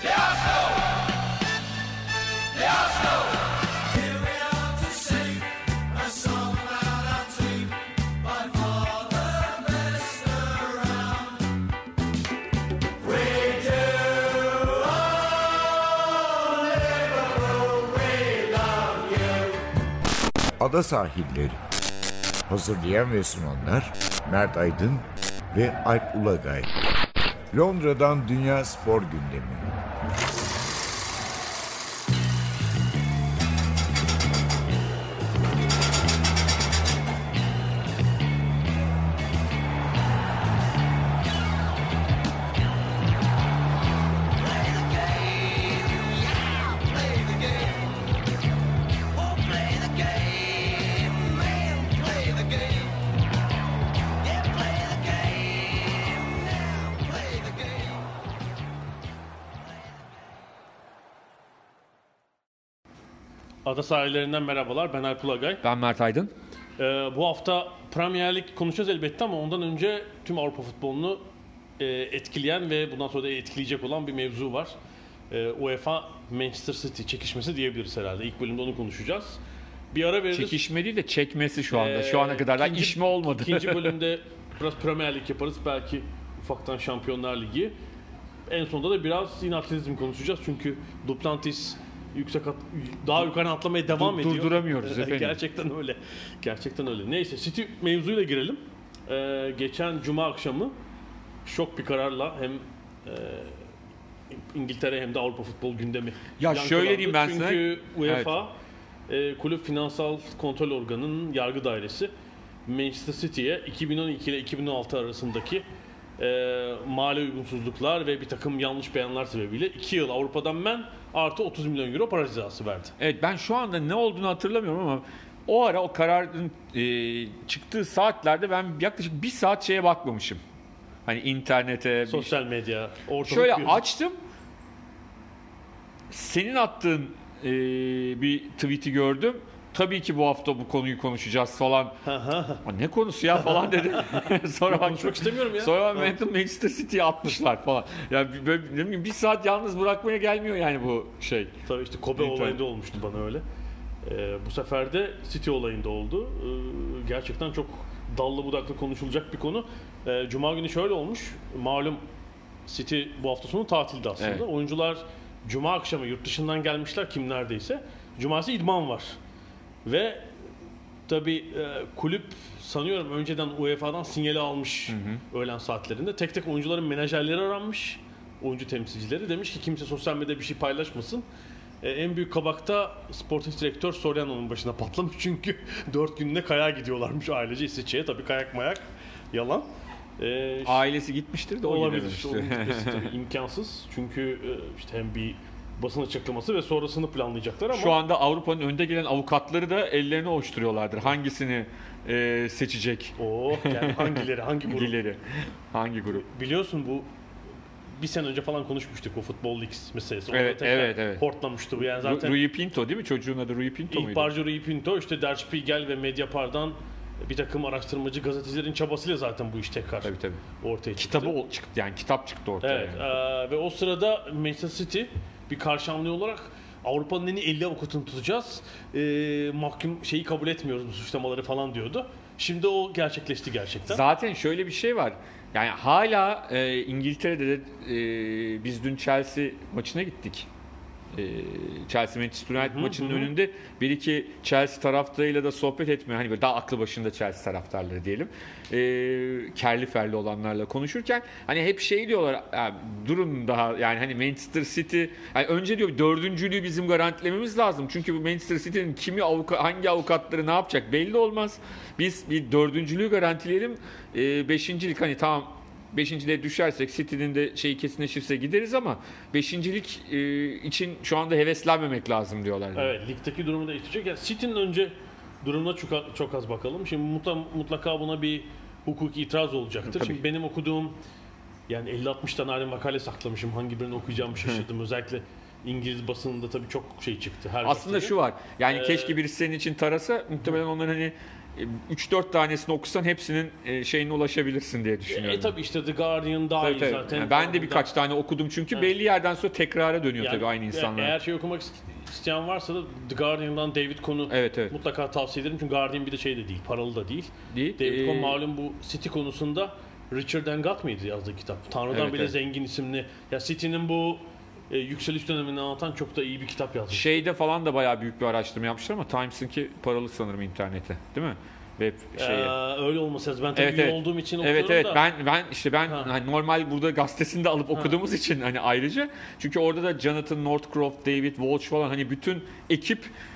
Ada Sahilleri. Hazırlayan ve sunanlar Mert Aydın ve Alp Ulagay. Londra'dan Dünya Spor Gündemi. Ada sahillerinden merhabalar. Ben Alp Ulagay. Ben Mert Aydın. Bu hafta Premier Lig konuşacağız elbette ama ondan önce tüm Avrupa futbolunu etkileyen ve bundan sonra da etkileyecek olan bir mevzu var. UEFA Manchester City çekişmesi diyebiliriz herhalde. İlk bölümde onu konuşacağız. Bir ara veririz. Çekişme değil de çekmesi şu anda. Şu ana kadar da işme olmadı. İkinci bölümde biraz Premier Lig yaparız. Belki ufaktan Şampiyonlar Ligi. En sonunda da biraz yine atletizm konuşacağız. Çünkü Duplantis daha yukarı atlamaya devam ediyor. Durduramıyoruz efendim. Gerçekten öyle. Gerçekten öyle. Neyse, City mevzuyla girelim. Geçen Cuma akşamı şok bir kararla hem İngiltere hem de Avrupa futbol gündemi. Ya şöyle diyeyim ben sana. Çünkü UEFA Kulüp Finansal Kontrol Organı'nın yargı dairesi Manchester City'ye 2012 ile 2016 arasındaki mali uygunsuzluklar ve bir takım yanlış beyanlar sebebiyle 2 yıl Avrupa'dan men artı 30 milyon euro para cezası verdi. Evet, ben şu anda ne olduğunu hatırlamıyorum ama o ara o kararın çıktığı saatlerde ben yaklaşık bir saat şeye bakmamışım. Hani internete, sosyal medya, ortalık. Şöyle açtım. Senin attığın bir tweet'i gördüm. Tabii ki bu hafta bu konuyu konuşacağız falan. Ne konusu ya falan dedi. Sonra konuşmak istemiyorum ya. Sonra Manchester City'ye atmışlar falan. Yani böyle, ne bileyim, bir saat yalnız bırakmaya gelmiyor yani bu şey. Tabii işte Kobe olayında olmuştu bana öyle. Bu sefer de City olayında oldu. Gerçekten çok dallı budaklı konuşulacak bir konu. Cuma günü şöyle olmuş. Malum City bu hafta sonu tatilde aslında. Evet. Oyuncular Cuma akşamı yurt dışından gelmişler kim neredeyse. Cumartesi idman var. Ve tabii kulüp sanıyorum önceden UEFA'dan sinyali almış öğlen saatlerinde. Tek tek oyuncuların menajerleri aranmış. Oyuncu temsilcileri demiş ki kimse sosyal medyada bir şey paylaşmasın. En büyük kabakta sportif direktör Soriano'nun başına patlamış çünkü 4 günde kayağa gidiyorlarmış ailece İsviçre'ye. Tabii kayak mayak yalan. Ailesi gitmiştir de o olabilir. Onun gitmesi tabii imkansız. Çünkü işte hem bir basın açıklaması ve sonrasını planlayacaklar ama... Şu anda Avrupa'nın önde gelen avukatları da ellerini ovuşturuyorlardır. Hangisini seçecek? Yani hangileri, hangi grup? Hangi grup? Biliyorsun bu bir sene önce falan konuşmuştuk o Futbol Leaks meselesi. Evet. Hortlamıştı bu yani zaten. Rui Pinto değil mi? Çocuğun adı Rui Pinto muydu? İhbarcı Rui Pinto, işte Der Spiegel ve Mediapar'dan bir takım araştırmacı gazetecilerin çabasıyla zaten bu iş tekrar ortaya çıktı. Kitabı çıktı yani, kitap çıktı ortaya. Evet. Ve o sırada Manchester City bir karşı hamle olarak Avrupa'nın en iyi 50 avukatını tutacağız. Mahkum şeyi kabul etmiyoruz bu suçlamaları falan diyordu. Şimdi o gerçekleşti gerçekten. Zaten şöyle bir şey var. Yani hala İngiltere'de de biz dün Chelsea maçına gittik. Chelsea Manchester United maçının önünde bir iki Chelsea taraftarıyla da sohbet etmeye, hani böyle daha aklı başında Chelsea taraftarları diyelim, kerli ferli olanlarla konuşurken hani hep şey diyorlar, durun daha, yani hani Manchester City, yani önce diyor dördüncülüğü bizim garantilememiz lazım çünkü bu Manchester City'nin hangi avukatları ne yapacak belli olmaz, biz bir dördüncülüğü garantileyelim, beşincilik hani tamam, beşinciliğe düşersek City'nin de şeyi kesinleşirse gideriz ama beşincilik için şu anda heveslenmemek lazım diyorlar. Evet, ligdeki durumu da isteyecek. Yani City'nin önce durumuna çok az bakalım. Şimdi mutlaka buna bir hukuki itiraz olacaktır. Tabii. Şimdi benim okuduğum yani 50-60 tane ayrı makale saklamışım. Hangi birini okuyacağımı şaşırdım. Özellikle İngiliz basınında tabii çok şey çıktı. Aslında şu var. Yani keşke birisi senin için tarasa, muhtemelen onların hani 3-4 tanesini okusan hepsinin şeyine ulaşabilirsin diye düşünüyorum. Tabii işte The Guardian dahil Tabii. zaten. Yani ben de birkaç tane okudum çünkü belli yerden sonra tekrara dönüyor tabii aynı insanlar. Eğer şey okumak isteyen varsa da The Guardian'dan David Cohn'u Evet. mutlaka tavsiye ederim. Çünkü Guardian bir de şey de değil, paralı da değil. David Cohn malum bu City konusunda Richard Engat mıydı yazdığı kitap? Tanrı'dan bile zengin isimli. Ya City'nin bu yükseliş dönemini anlatan çok da iyi bir kitap yazmış. Şeyde falan da bayağı büyük bir araştırma yapmışlar ama Times'ınki paralı sanırım internete, değil mi? Web şeyi. Öyle olması lazım. Ben tabii üye olduğum için okuyorum evet. da. Ben hani normal burada gazetesinde alıp okuduğumuz için hani ayrıca. Çünkü orada da Jonathan Northcroft, David Walsh falan hani bütün ekip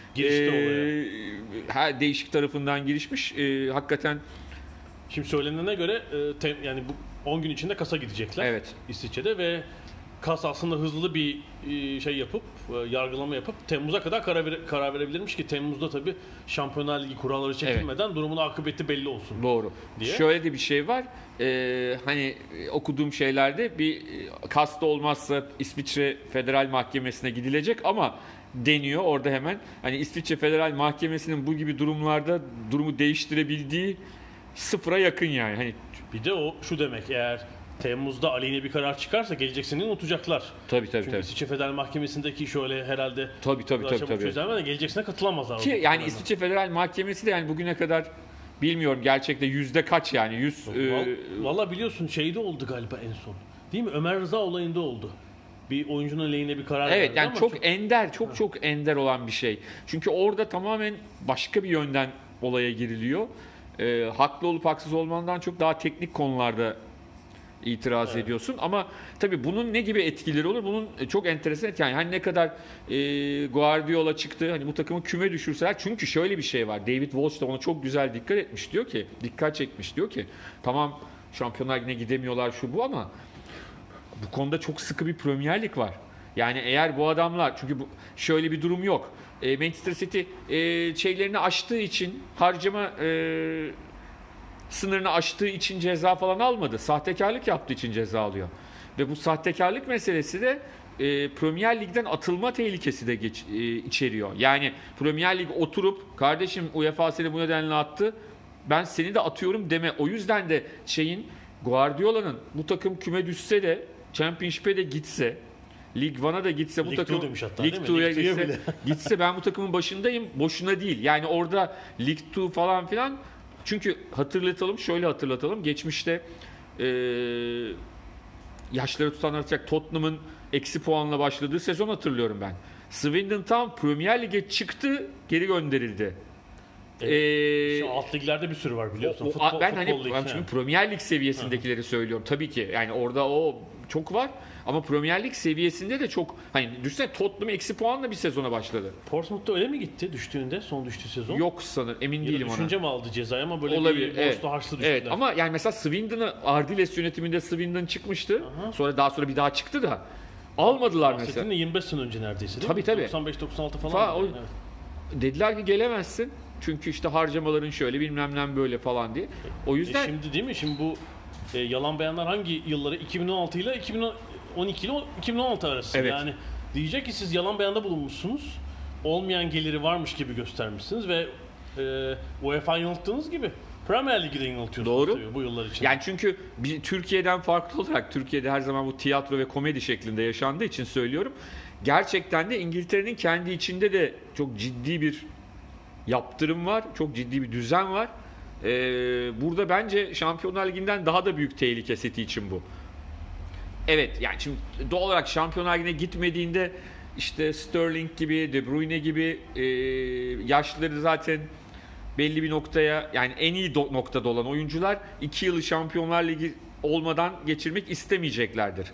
her değişik tarafından girişmiş. Hakikaten. Şimdi söylenene göre yani bu 10 gün içinde Kas'a gidecekler. Evet. İsviçre'de ve Kas aslında hızlı bir şey yapıp, yargılama yapıp Temmuz'a kadar karar verebilirmiş ki Temmuz'da tabii Şampiyonlar Ligi kuralları çekilmeden durumun akıbeti belli olsun. Doğru. Diye. Şöyle de bir şey var. Hani okuduğum şeylerde bir Kas'ta olmazsa İsviçre Federal Mahkemesi'ne gidilecek ama deniyor orada hemen. Hani İsviçre Federal Mahkemesi'nin bu gibi durumlarda durumu değiştirebildiği sıfıra yakın yani. Hani bir de o şu demek, eğer Temmuz'da aleyhine bir karar çıkarsa gelecek sene unutacaklar. Tabii. Çünkü İsviçre Federal Mahkemesi'ndeki şöyle herhalde tabii. çözülmeden gelecek sene katılamazlar. Ki yani İsviçre Federal Mahkemesi de yani bugüne kadar bilmiyorum gerçekte yüzde kaç yani 100. Valla biliyorsun şeyde oldu galiba en son. Değil mi? Ömer Rıza olayında oldu. Bir oyuncunun aleyhine bir karar Evet verdi yani ama çok ender, çok ender olan bir şey. Çünkü orada tamamen başka bir yönden olaya giriliyor. Haklı olup haksız olmandan çok daha teknik konularda itiraz ediyorsun ama tabii bunun ne gibi etkileri olur? Bunun çok enteresan yani hani ne kadar Guardiola çıktı hani bu takımı küme düşürseler, çünkü şöyle bir şey var. David Walsh da ona çok güzel dikkat çekmiş diyor ki tamam Şampiyonlar Ligi'ne gidemiyorlar şu bu ama bu konuda çok sıkı bir Premier Lig var. Yani eğer bu adamlar, çünkü şöyle bir durum yok. Manchester City şeylerini aştığı için harcama sınırını aştığı için ceza falan almadı. Sahtekarlık yaptığı için ceza alıyor. Ve bu sahtekarlık meselesi de Premier Lig'den atılma tehlikesi de içeriyor. Yani Premier Lig oturup kardeşim UEFA seni bu nedenle attı, ben seni de atıyorum deme. O yüzden de Guardiola'nın bu takım küme düşse de Championship'e de gitse, Lig 1'a da gitse, bu takım Lig 2'ye gitse ben bu takımın başındayım. Boşuna değil. Yani orada Lig 2 falan filan. Çünkü şöyle hatırlatalım. Geçmişte yaşları tutanlatacak Tottenham'ın eksi puanla başladığı sezon hatırlıyorum ben. Swindon Town Premier Lig'e çıktı, geri gönderildi. Alt liglerde bir sürü var biliyorsun. Ben şimdi Premier Lig seviyesindekileri söylüyorum. Tabii ki yani orada o çok var. Ama Premier Lig seviyesinde de çok, hani düşünsene Tottenham eksi puanla bir sezona başladı. Portsmouth'ta öyle mi gitti son düştüğü sezon? Yok sanırım, emin değilim ona. Düşünce mi aldı cezayı ama böyle olabilir, bir borçlu harçlı düştüler. Evet ama yani mesela Swindon'ı Ardiles yönetiminde Swindon çıkmıştı. Aha. Sonra bir daha çıktı da almadılar mesela. 25 sene önce neredeyse değil mi? Tabii. 95-96 falan. Evet. Dediler ki gelemezsin. Çünkü işte harcamaların şöyle bilmem ne böyle falan diye. O yüzden şimdi değil mi? Şimdi bu yalan beyanlar hangi yılları? 2016 ile 2012 ile 2016 arası. Evet. Yani diyecek ki siz yalan beyanda bulunmuşsunuz. Olmayan geliri varmış gibi göstermişsiniz ve UEFA yanılttığınız gibi Premier Lig'i de yanıltıyorsunuz. Doğru. Tabii bu yıllar için. Yani çünkü Türkiye'den farklı olarak, Türkiye'de her zaman bu tiyatro ve komedi şeklinde yaşandığı için söylüyorum. Gerçekten de İngiltere'nin kendi içinde de çok ciddi bir yaptırım var. Çok ciddi bir düzen var. Burada bence Şampiyonlar Ligi'nden daha da büyük tehlike City için bu. Evet yani şimdi doğal olarak Şampiyonlar Ligi'ne gitmediğinde işte Sterling gibi, De Bruyne gibi yaşları zaten belli bir noktaya, yani en iyi noktada olan oyuncular 2 yılı Şampiyonlar Ligi olmadan geçirmek istemeyeceklerdir.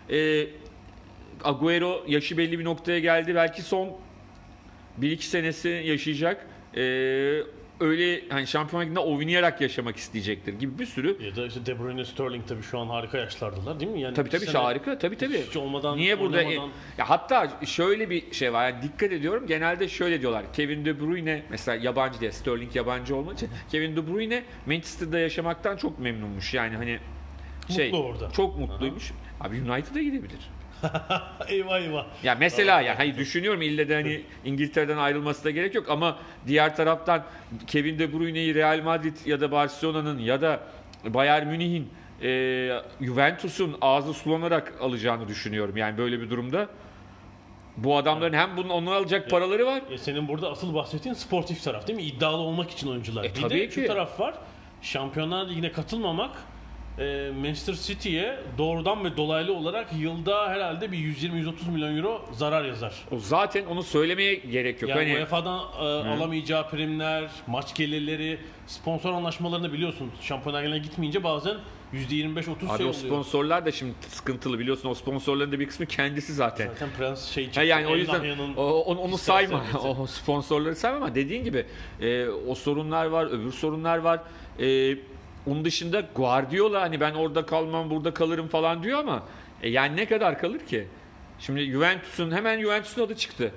Agüero yaşı belli bir noktaya geldi. Belki son 1-2 senesi yaşayacak. Öyle hani Şampiyonlar Ligi'nde oynayarak yaşamak isteyecektir gibi bir sürü. Ya da işte De Bruyne, Sterling tabii şu an harika yaşlardılar değil mi? Yani tabii harika. Tabii. Hiç olmadan, niye burada ya hatta şöyle bir şey var. Yani dikkat ediyorum. Genelde şöyle diyorlar. Kevin De Bruyne mesela yabancı diye, Sterling yabancı olmak için Kevin De Bruyne Manchester'da yaşamaktan çok memnunmuş. Yani hani mutlu orada. Çok mutluymuş. Abi United'a gidebilir. Eyvah eyvah. Ya mesela yani hani düşünüyorum ille de hani İngiltere'den ayrılması da gerek yok ama diğer taraftan Kevin De Bruyne'yi Real Madrid ya da Barcelona'nın ya da Bayern Münih'in Juventus'un ağzı sulanarak alacağını düşünüyorum. Yani böyle bir durumda bu adamların hem bunun onu alacak paraları var. Senin burada asıl bahsettiğin sportif taraf değil mi? İddialı olmak için oyuncular. Bir tabii de ki. şu taraf var. Şampiyonlar Ligi'ne katılmamak Manchester City'ye doğrudan ve dolaylı olarak yılda herhalde bir 120-130 milyon euro zarar yazar. O zaten onu söylemeye gerek yok. Yani Hani UEFA'dan alamayacağı primler, maç gelirleri, sponsor anlaşmalarını biliyorsun. Şampiyonlar Ligi'ne gitmeyince bazen %25-30 abi şey o oluyor. sponsorlar da şimdi sıkıntılı biliyorsun. O sponsorların da bir kısmı kendisi zaten. Zaten Prens şey çıktı. Ha yani o yüzden Elnahya'nın onu sayma. serveti. O sponsorları sayma ama dediğin gibi o sorunlar var, öbür sorunlar var. Onun dışında Guardiola hani ben orada kalmam, burada kalırım falan diyor ama yani ne kadar kalır ki? Şimdi Juventus'un adı çıktı.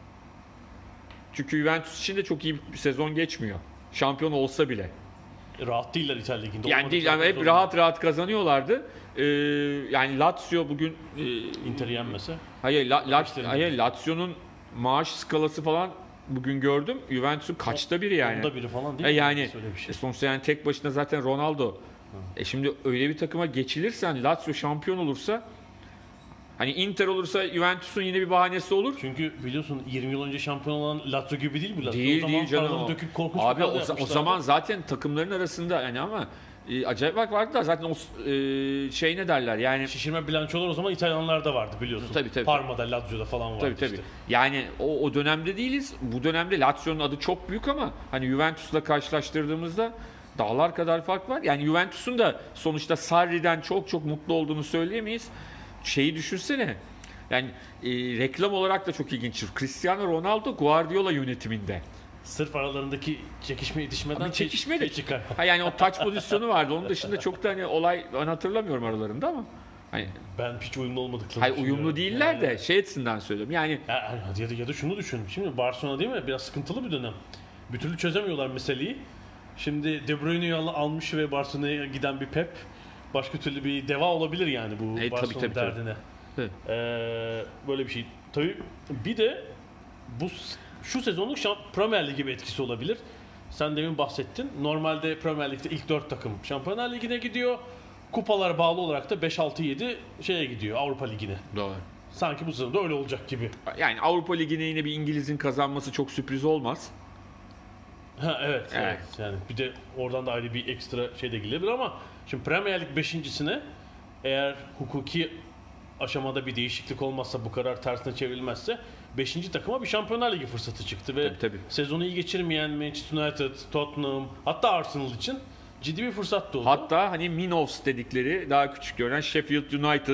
Çünkü Juventus için de çok iyi bir sezon geçmiyor. Şampiyon olsa bile. Rahat değiller İtalya Ligi'nde. Yani değil, yani hep Olmadıkları rahat kazanıyorlardı. Yani Lazio bugün Inter'i yenmese. hayır Lazio'nun maaş skalası falan bugün gördüm. Juventus'un kaçta biri yani. Onda biri falan değil mi? Yani Öyle bir şey. sonuçta yani tek başına zaten Ronaldo. Şimdi öyle bir takıma geçilirsen Lazio şampiyon olursa hani Inter olursa Juventus'un yine bir bahanesi olur. Çünkü biliyorsun 20 yıl önce şampiyon olan Lazio gibi değil bu Lazio. Değil O zaman canım. paraları döküp korkunç Abi bir kadro o yapmışlardı. zaman zaten takımların arasında yani ama acayip farklar zaten o şey ne derler yani Şişirme bilançolar o zaman İtalyanlarda vardı biliyorsun. Tabii. Parma'da, Lazio'da falan vardı tabii. işte. Yani o dönemde değiliz. Bu dönemde Lazio'nun adı çok büyük ama hani Juventus'la karşılaştırdığımızda dağlar kadar fark var. Yani Juventus'un da sonuçta Sarri'den çok mutlu olduğunu söyleyemeyiz. Şeyi düşünsene. Yani reklam olarak da çok ilginç. Cristiano Ronaldo Guardiola yönetiminde. Sırf aralarındaki çekişme itişmeden Abi çekişmedi. şey çıkar. Ha yani o touch pozisyonu vardı. Onun dışında çok da hani olay ben hatırlamıyorum aralarında ama hani Ben hiç uyumlu olmadıklarını hayır düşünüyorum. uyumlu değiller Yani- de şey açısından söylüyorum. Yani Ya da şunu düşün. Şimdi Barcelona değil mi? Biraz sıkıntılı bir dönem. Bir türlü çözemiyorlar meseleyi. Şimdi De Bruyne'yi almış ve Barcelona'ya giden bir Pep başka türlü bir deva olabilir yani bu tabii, Barcelona tabii. derdine. Evet. Böyle bir şey. Tabii bir de şu sezonluk Premier Lig'e bir etkisi olabilir. Sen demin bahsettin. Normalde Premier Lig'de ilk 4 takım Şampiyonlar Ligi'ne gidiyor. Kupalar bağlı olarak da 5-6-7 şeye gidiyor Avrupa Ligi'ne. doğru. Sanki bu sezonda öyle olacak gibi. Yani Avrupa Ligi'ne yine bir İngiliz'in kazanması çok sürpriz olmaz. Ha evet. Yani bir de oradan da ayrı bir ekstra şey de gelebilir ama şimdi Premier Lig 5.'sine eğer hukuki aşamada bir değişiklik olmazsa bu karar tersine çevrilmezse 5. takıma bir Şampiyonlar Ligi fırsatı çıktı ve Tabii. sezonu iyi geçirmeyen Manchester United, Tottenham hatta Arsenal için ciddi bir fırsat doğdu. Hatta hani Minos dedikleri daha küçük görünen Sheffield United,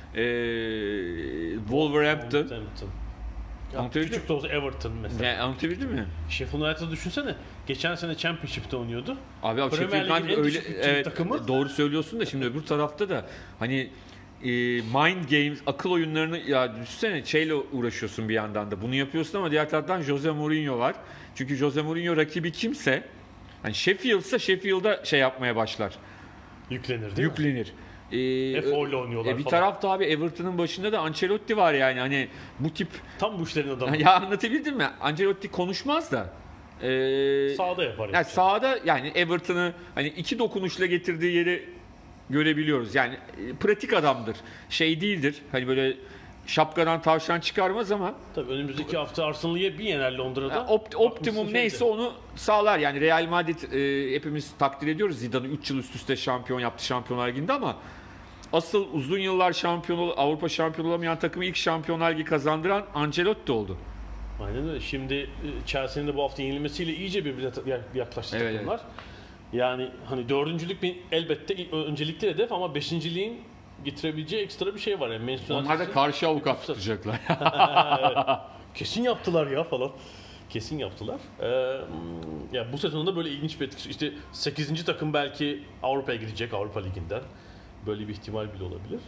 Wolverhampton. Ya Anlatabildim küçük de olsa Everton mesela. Yani anlatabildim mi? Sheffield United'ı düşünsene. Geçen sene Championship'te oynuyordu. Abi Premier Sheffield Lig'in United en öyle düşük bütçeli takımı. doğru söylüyorsun da şimdi öbür tarafta da hani mind games, akıl oyunlarını ya düşünsene şeyle uğraşıyorsun bir yandan da. Bunu yapıyorsun ama diğer taraftan Jose Mourinho var. Çünkü Jose Mourinho rakibi kimse hani Sheffield'sa Sheffield'a şey yapmaya başlar. Yüklenir değil mi? Yüklenir. Hep öyle oynuyorlar Bir falan. tarafta abi Everton'ın başında da Ancelotti var yani hani bu tip Tam bu işlerin adamı. ya anlatabildim mi? Ancelotti konuşmaz da Sağda yapar. yani sahada yani Everton'ı hani iki dokunuşla getirdiği yeri görebiliyoruz. Yani pratik adamdır. Şey değildir. Hani böyle şapkadan tavşan çıkarmaz ama Tabii önümüzdeki hafta Arsenal'ı bir yener Londra'da. yani optimum Bakmışsın neyse şeyde. onu sağlar. Yani Real Madrid hepimiz takdir ediyoruz. Zidane'ı 3 yıl üst üste şampiyon yaptı Şampiyonlar Ligi'nde ama asıl uzun yıllar Avrupa şampiyon olamayan takımı ilk Şampiyonlar Ligi kazandıran Ancelotti oldu. Aynen öyle. Şimdi Chelsea'nin de bu hafta yenilmesiyle iyice birbirine yaklaştı Evet, takımlar. Yani hani dördüncülük elbette öncelikli hedef ama beşinciliğin getirebileceği ekstra bir şey var. Yani Manchester Onlar da United'ın- karşı avukat tutacaklar. Kesin yaptılar ya falan. Kesin yaptılar. Ya bu sezonda böyle ilginç bir etkisi. İşte 8. takım belki Avrupa'ya gidecek Avrupa Ligi'nden. Böyle bir ihtimal bile olabilir.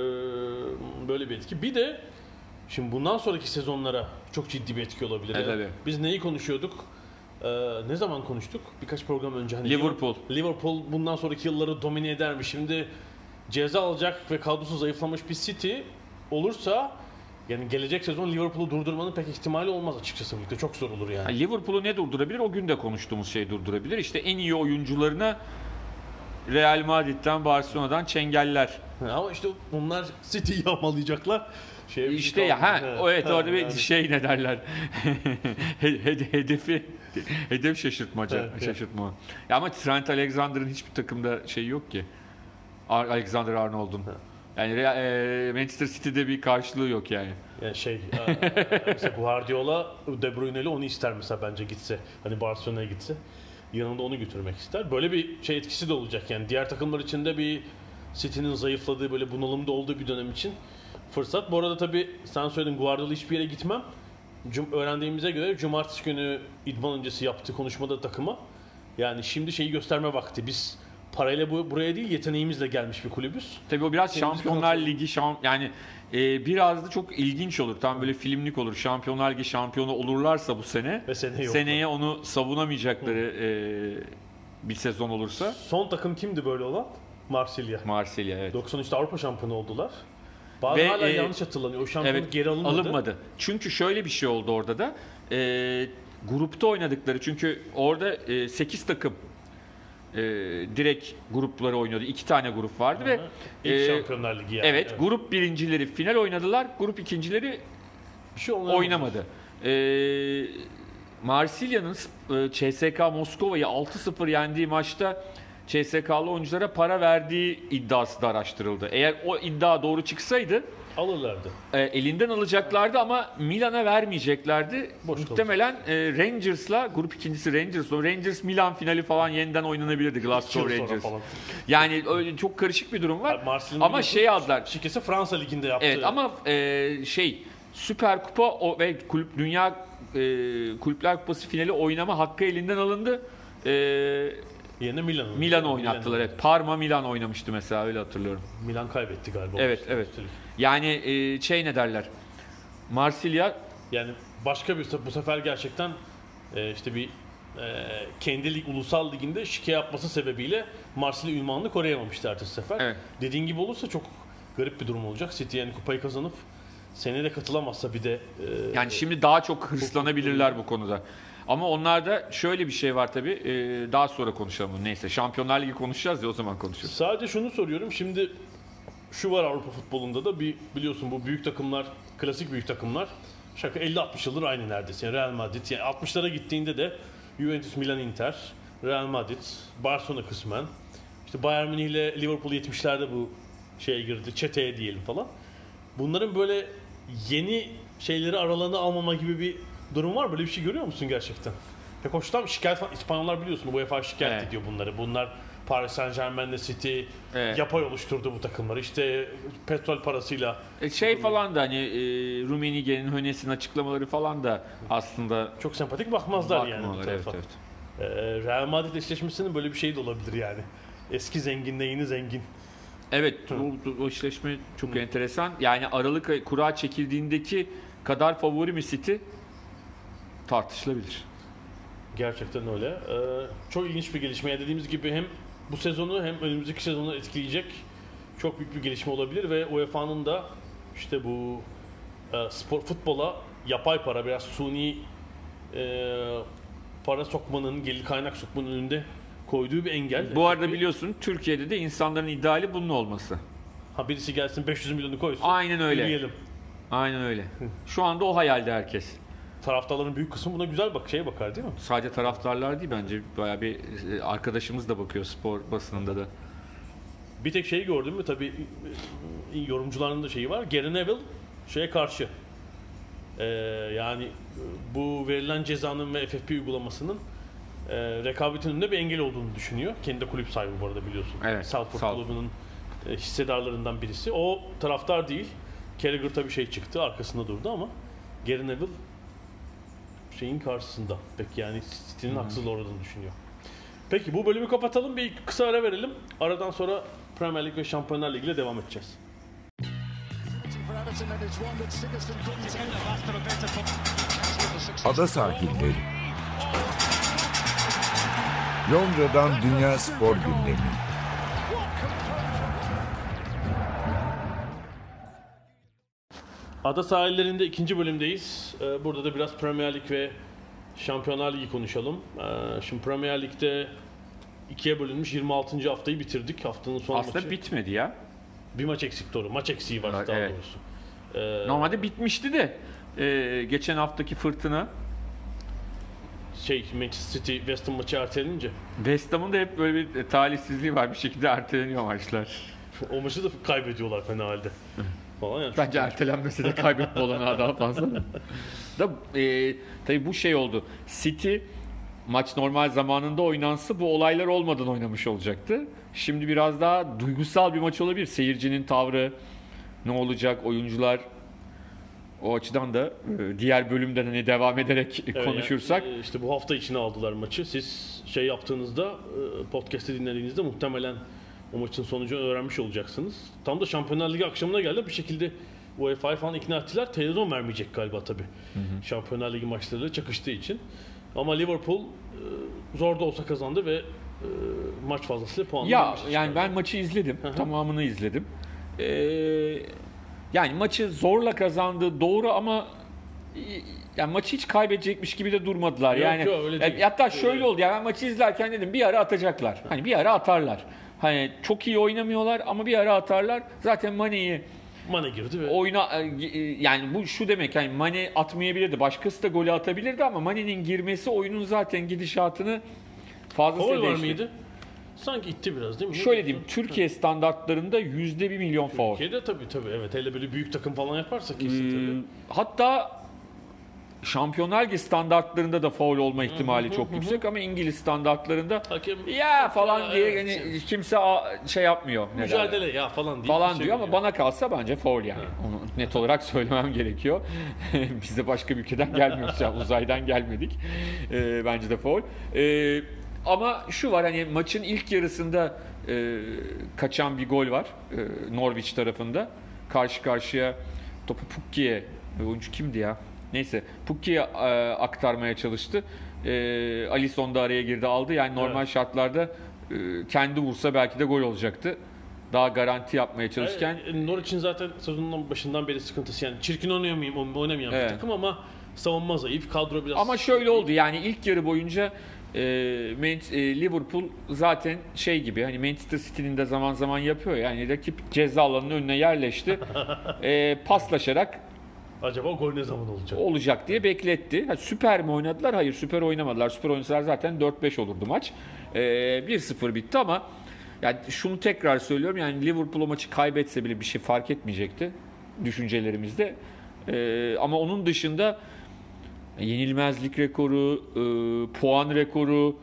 Böyle bir etki. Bir de şimdi bundan sonraki sezonlara çok ciddi bir etki olabilir. Evet, Yani evet. biz neyi konuşuyorduk? Ne zaman konuştuk? Birkaç program önce. Hani Liverpool. Liverpool bundan sonraki yılları domine eder mi? Şimdi ceza alacak ve kadrosu zayıflamış bir City olursa yani gelecek sezon Liverpool'u durdurmanın pek ihtimali olmaz açıkçası. Çok zor olur yani. Liverpool'u ne durdurabilir? O gün de konuştuğumuz şey durdurabilir. İşte en iyi oyuncularına Real Madrid'den, Barcelona'dan çengeller. Ama işte bunlar City'yi yağmalayacaklar. İşte ya evet orada bir şey ne derler. Hedef şaşırtmaca, şaşırtma. Ya ama Trent Alexander'ın hiçbir takımda şeyi yok ki. Alexander-Arnold'un. Yani Manchester City'de bir karşılığı yok yani. Yani mesela Guardiola De Bruyne'li onu ister mesela bence gitse. Hani Barcelona'ya gitse. Yanında onu götürmek ister. Böyle bir şey etkisi de olacak yani. Diğer takımlar için de bir City'nin zayıfladığı, böyle bunalımda olduğu bir dönem için fırsat. Bu arada tabii sen söyledin, Guardiola hiçbir yere gitmem. Öğrendiğimize göre cumartesi günü idman öncesi yaptığı konuşmada takıma, yani şimdi şeyi gösterme vakti. Biz parayla buraya değil, yeteneğimizle gelmiş bir kulübüz. Tabii o biraz Şampiyonlar Ligi yani biraz da çok ilginç olur. Tam böyle filmlik olur. Şampiyonlar Ligi şampiyonu olurlarsa bu sene ve seneye onu savunamayacakları bir sezon olursa. Son takım kimdi böyle olan? Marsilya evet. 93'te Avrupa şampiyonu oldular. Bazen hala yanlış hatırlanıyor. O şampiyonluk geri alınmadı. Çünkü şöyle bir şey oldu orada da. Grupta oynadıkları, çünkü orada 8 takım direkt grupları oynuyordu. 2 tane grup vardı ve İlk Şampiyonlar Ligi yani. Evet, grup birincileri final oynadılar. Grup ikincileri bir şey oynamadı. Marsilya'nın CSKA Moskova'yı 6-0 yendiği maçta CSKA'lı oyunculara para verdiği iddiası da araştırıldı. Eğer o iddia doğru çıksaydı alırlardı. Elinden alacaklardı ama Milan'a vermeyeceklerdi. Muhtemelen Rangers'la, grup ikincisi Rangers Milan finali falan yeniden oynanabilirdi, Glasgow Rangers. Yani öyle çok karışık bir durum var. Ama şey aldılar. Şirketi Fransa Ligi'nde yaptı. Evet ama Süper Kupa ve Dünya Kulüpler Kupası finali oynama hakkı elinden alındı. Yerine Milan'ı oynattılar. Evet. Parma Milan oynamıştı mesela, öyle hatırlıyorum. Milan kaybetti galiba. Evet. Yani ne derler? Marsilya yani başka bir, bu sefer gerçekten işte bir kendi ulusal liginde şike yapması sebebiyle Marsilya ünvanını koruyamamıştı ertesi sefer. Evet. Dediğin gibi olursa çok garip bir durum olacak. City yani kupayı kazanıp seneye de katılamazsa bir de yani şimdi daha çok hırslanabilirler bu konuda. Ama onlarda şöyle bir şey var tabii. Daha sonra konuşalım. Neyse, Şampiyonlar Ligi konuşacağız ya, o zaman konuşuruz. Sadece şunu soruyorum. Şimdi şu var Avrupa futbolunda da, biliyorsun bu büyük takımlar, klasik büyük takımlar 50-60 yıldır aynı neredeyse. Yani Real Madrid, yani 60'lara gittiğinde de Juventus, Milan, Inter, Real Madrid, Barcelona kısmen. İşte Bayern Münih ile Liverpool 70'lerde bu şeye girdi, çeteye diyelim falan. Bunların böyle yeni şeyleri aralarına almama gibi bir durum var. Böyle bir şey görüyor musun gerçekten? Pek hoştan şikayet falan. İspanyollar biliyorsun UEFA şikayet ediyor bunları. Bunlar Paris Saint-Germain'le City yapay oluşturdu bu takımları. İşte petrol parasıyla. Falan da hani Rummenigge'nin, Hönes'in açıklamaları falan da aslında çok sempatik bakmazlar yani bu tarafa. Evet. Real Madrid eşleşmesinin böyle bir şey de olabilir yani. Eski zenginle yeni zengin. Evet, o eşleşme çok enteresan. Yani Aralık kura çekildiğindeki kadar favori mi City? Tartışılabilir. Gerçekten öyle. Çok ilginç bir gelişme. Yani dediğimiz gibi hem bu sezonu hem önümüzdeki sezonu etkileyecek çok büyük bir gelişme olabilir ve UEFA'nın da işte bu futbola yapay para, biraz suni para sokmanın, gelir kaynak sokmanın önünde koyduğu bir engel. Bu arada biliyorsun Türkiye'de de insanların ideali bunun olması. Birisi gelsin 500 milyonu koysun. Aynen öyle. Yürüyelim. Aynen öyle. Şu anda o hayalde herkes. Taraftarların büyük kısmı buna güzel bakar değil mi? Sadece taraftarlar değil, bence bayağı bir arkadaşımız da bakıyor spor basınında da. Bir tek şeyi gördün mü? Tabii yorumcuların da şeyi var. Gary Neville şeye karşı. Yani bu verilen cezanın ve FFP uygulamasının rekabetin önünde bir engel olduğunu düşünüyor. Kendi de kulüp sahibi bu arada, biliyorsun. Evet. Salford Club'unun hissedarlarından birisi. O taraftar değil. Carragher tabii çıktı, arkasında durdu ama Gary Neville şeyin karşısında. Peki yani City'nin haksız olduğunu düşünüyor. Peki bu bölümü kapatalım. Bir kısa ara verelim. Aradan sonra Premier Lig ve Şampiyonlar Ligi ile devam edeceğiz. Ada sahilleri. Londra'dan Dünya Spor Gündemi. Ada sahillerinde 2. bölümdeyiz. Burada da biraz Premier Lig ve Şampiyonlar Ligi konuşalım. Şimdi Premier Lig'de 2'ye bölünmüş 26. haftayı bitirdik. Haftanın son Aslında maçı. bitmedi ya. Bir maç eksik doğru. Maç eksiği var daha Evet. doğrusu. Normalde bitmişti de geçen haftaki fırtına. Manchester City West Ham maçı ertelenince West Ham'ın da hep böyle bir talihsizliği var. Bir şekilde erteleniyor maçlar. o maçı da kaybediyorlar fena halde. Falan yani. Bence ertelenmesi de kaybetme olanağı daha fazla. Tabii bu şey oldu. City maç normal zamanında oynansa bu olaylar olmadan oynamış olacaktı. Şimdi biraz daha duygusal bir maç olabilir. Seyircinin tavrı ne olacak, oyuncular o açıdan da diğer bölümden hani devam ederek konuşursak. Yani, işte bu hafta içine aldılar maçı. Siz yaptığınızda podcast'i dinlediğinizde muhtemelen o maçın sonucunu öğrenmiş olacaksınız. Tam da Şampiyonlar Ligi akşamına geldi. Bir şekilde UEFA'yı falan ikna ettiler. Televizyon vermeyecek galiba tabii. Şampiyonlar Ligi maçlarıyla çakıştığı için. Ama Liverpool zor da olsa kazandı ve maç fazlasıyla puanlı. Yani ben maçı izledim. Tamamını izledim. Yani maçı zorla kazandı doğru ama yani maçı hiç kaybedecekmiş gibi de durmadılar. Yok, öyle değil. Hatta şöyle oldu ya, ben maçı izlerken dedim bir ara atacaklar. Hani bir ara atarlar. Hani çok iyi oynamıyorlar ama bir ara atarlar. Zaten Mane girdi ve yani bu şu demek, yani Mane atmayabilirdi. Başkası da golü atabilirdi ama Mane'nin girmesi oyunun zaten gidişatını fazlasıyla faul var değiştirdi. mıydı? Sanki itti biraz değil mi? Şöyle diyeyim, Türkiye standartlarında %1 milyon faul. Türkiye'de tabii evet. Hele böyle büyük takım falan yaparsa kesin tabii. Hatta Şampiyonlar Ligi standartlarında da faul olma ihtimali çok yüksek ama İngiliz standartlarında Hakem ya falan diye evet. yani kimse şey yapmıyor. Mücadele ya falan diye falan bir şey diyor ama diyor. bana kalsa bence faul yani. Onu net olarak söylemem gerekiyor. Biz de başka bir ülkeden gelmiyoruz ya, uzaydan gelmedik. Bence de faul. Ama şu var, hani maçın ilk yarısında kaçan bir gol var Norwich tarafında. Karşı karşıya topu Pukki'ye, oyuncu kimdi ya? Neyse, Pukki'ye aktarmaya çalıştı. Alisson da araya girdi, aldı. Yani normal şartlarda kendi vursa belki de gol olacaktı. Daha garanti yapmaya çalışırken. Norwich'in zaten sezonun başından beri sıkıntısı, yani çirkin oynamayan bir Evet. takım ama savunma zayıf, kadro biraz. Ama şöyle oldu, yani ilk yarı boyunca Liverpool zaten şey gibi, hani Manchester City'nin de zaman zaman yapıyor, yani rakip ceza alanının önüne yerleşti. Paslaşarak Acaba gol ne zaman olacak diye bekletti. Süper mi oynadılar? Hayır, süper oynamadılar. Süper oynasalar zaten 4-5 olurdu maç. 1-0 bitti ama yani şunu tekrar söylüyorum, yani Liverpool o maçı kaybetse bile bir şey fark etmeyecekti düşüncelerimizde. Ama onun dışında yenilmezlik rekoru, puan rekoru,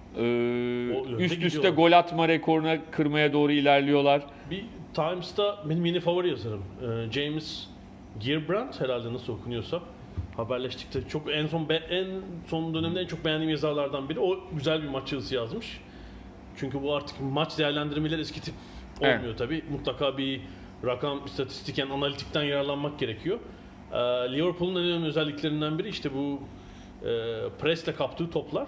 üst üste gol atma rekoruna kırmaya doğru ilerliyorlar. Bir Times'ta benim yeni favori yazarım James Gearbrandt, herhalde nasıl okunuyorsa, haberleştikte çok en son dönemde en çok beğendiğim yazarlardan biri. O güzel bir maç yazısı yazmış. Çünkü bu artık maç değerlendirmeleri eski tip olmuyor tabii. Mutlaka bir rakam, istatistiken, analitikten yararlanmak gerekiyor. Liverpool'un en önemli özelliklerinden biri işte bu presle kaptığı toplar.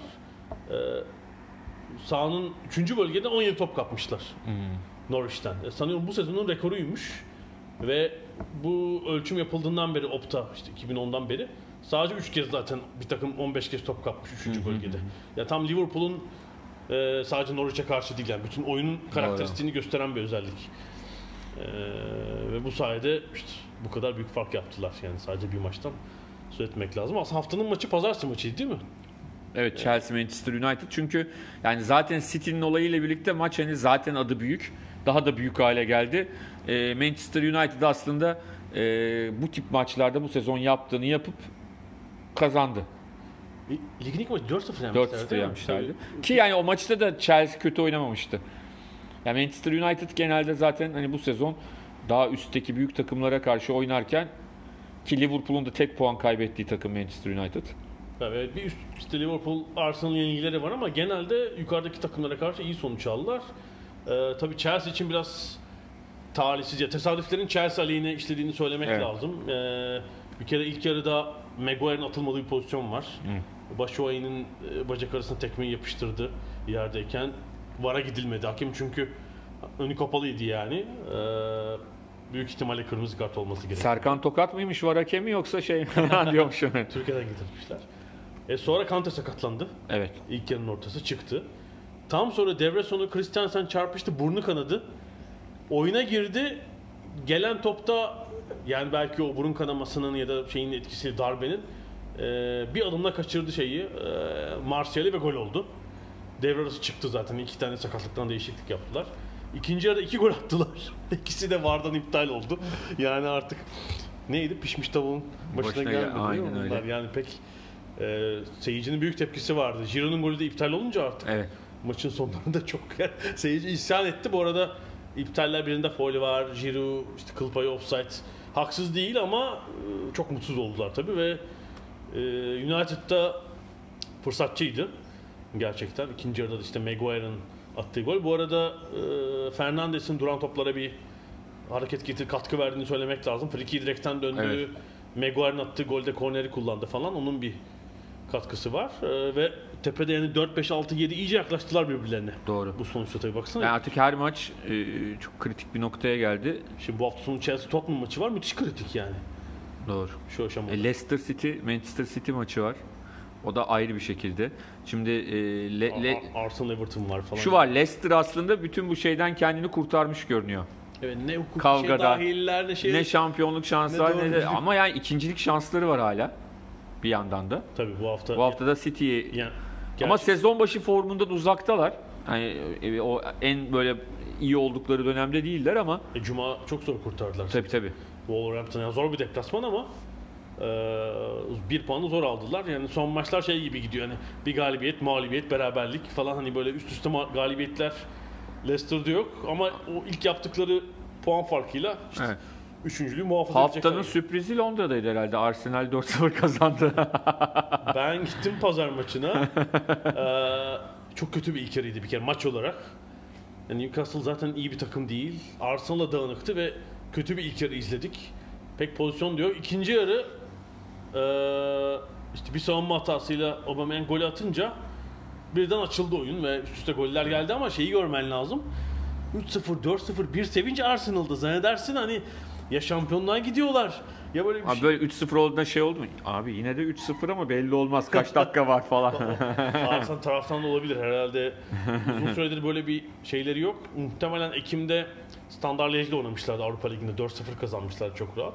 Sahanın 3. bölgede 17 top kapmışlar Norwich'ten. Sanıyorum bu sezonun rekoruymuş. Ve bu ölçüm yapıldığından beri, Opta işte 2010'dan beri sadece 3 kez zaten bir takım 15 kez top kapmış 3. bölgede. Ya tam Liverpool'un sadece Norwich'e karşı değil, yani bütün oyunun karakteristiğini gösteren bir özellik. Ve bu sayede işte bu kadar büyük fark yaptılar, yani sadece bir maçtan söz etmek lazım. Aslında haftanın maçı pazartesi maçıydı değil mi? Evet, Chelsea Manchester United, çünkü yani zaten City'nin olayıyla birlikte maç hani zaten adı büyük, daha da büyük hale geldi. Manchester United aslında bu tip maçlarda bu sezon yaptığını yapıp kazandı. Ligin ilk maçı 4-0 yenmişlerdi. Ki yani o maçta da Chelsea kötü oynamamıştı. Yani Manchester United genelde zaten hani bu sezon daha üstteki büyük takımlara karşı oynarken, ki Liverpool'un da tek puan kaybettiği takım Manchester United. Evet, bir üstte Liverpool, Arsenal'ın yenilgileri var ama genelde yukarıdaki takımlara karşı iyi sonuç aldılar. Tabii Chelsea için biraz talihsiz, ya tesadüflerin Chelsea aleyhine işlediğini söylemek lazım. Bir kere ilk yarıda Maguire'ın atılmadığı bir pozisyon var. Batshuayi'nin bacak arasına tekmeyi yapıştırdı yerdeyken. VAR'a gidilmedi hakem, çünkü önü kapalıydı yani. büyük ihtimalle kırmızı kart olması gerekiyor. Serkan Tokat mıymış var hakemi yoksa şey diyormuş. Türkiye'den getirmişler. Sonra Kante sakatlandı. Evet. İlk yarının ortası çıktı. Tam sonra devre sonu Christensen çarpıştı, burnu kanadı. Oyuna girdi. Gelen topta yani belki o burun kanamasının ya da şeyin etkisi, darbenin bir adımla kaçırdı şeyi. Martial'i ve gol oldu. Devre arası çıktı zaten. 2 tane sakatlıktan değişiklik yaptılar. İkinci yarıda 2 gol attılar. İkisi de VAR'dan iptal oldu. Yani artık neydi? Pişmiş tavuğun başına gelmedi. Aynen Bunlar. öyle. Yani pek seyircinin büyük tepkisi vardı. Giroud'un golü de iptal olunca artık Evet. maçın sonlarında çok seyirci isyan etti. Bu arada iptaller, birinde faul var. Giroud işte kıl payı, offside. Haksız değil ama çok mutsuz oldular tabii ve United'da fırsatçıydı gerçekten. İkinci yarıda da işte Maguire'ın attığı gol. Bu arada Fernandes'in duran toplara bir katkı verdiğini söylemek lazım. Friki direkten döndü. Evet. Maguire'ın attığı golde korneri kullandı falan. Onun bir katkısı var. Ve tepede yani 4-5-6-7 iyice yaklaştılar birbirlerine. Doğru. Bu sonuçta tabii baksana. Yani artık her maç çok kritik bir noktaya geldi. Şimdi bu hafta sonu Chelsea Tottenham maçı var. Müthiş kritik yani. Doğru. Şu aşamada. Leicester City, Manchester City maçı var. O da ayrı bir şekilde. Şimdi Arsenal Everton var falan. şu var, Leicester aslında bütün bu şeyden kendini kurtarmış görünüyor. Evet, ne hukuki Kavgada, dahiller ne şey. Ne şampiyonluk şanslar Ne ne de doğru. ama yani ikincilik şansları var hala bir yandan da. Tabii bu hafta. Bu hafta da City'ye Yani, ama sezon başı formundan uzaktalar. Yani o en böyle iyi oldukları dönemde değiller ama Cuma çok zor kurtardılar. tabii. Wolverhampton yani zor bir deplasman ama bir puanı zor aldılar. Yani son maçlar şey gibi gidiyor. Hani bir galibiyet, mağlubiyet, beraberlik falan, hani böyle üst üste galibiyetler Leicester'da yok ama o ilk yaptıkları puan farkıyla işte Evet. üçüncülüğü muhafaza Haftanın edecekler. sürprizi Londra'daydı herhalde. Arsenal 4-0 kazandı. Ben gittim pazar maçına. Çok kötü bir ilk yarıydı bir kere maç olarak. Yani Newcastle zaten iyi bir takım değil. Arsenal'la dağınıktı ve kötü bir ilk yarı izledik. Pek pozisyon diyor. İkinci yarı işte bir savunma hatasıyla Aubameyang golü atınca birden açıldı oyun ve üst üste goller geldi ama şeyi görmen lazım. 3-0, 4-0 bir sevinç Arsenal'da. Zannedersin hani ya şampiyonluğa gidiyorlar ya böyle bir Abi şey. böyle 3-0 olduğunda şey oldu mu? Abi yine de 3-0 ama belli olmaz kaç dakika var falan. Arsenal taraftan da olabilir herhalde. Uzun süredir böyle bir şeyleri yok. Muhtemelen Ekim'de Standard Liège'le oynamışlardı Avrupa Ligi'nde. 4-0 kazanmışlar çok rahat.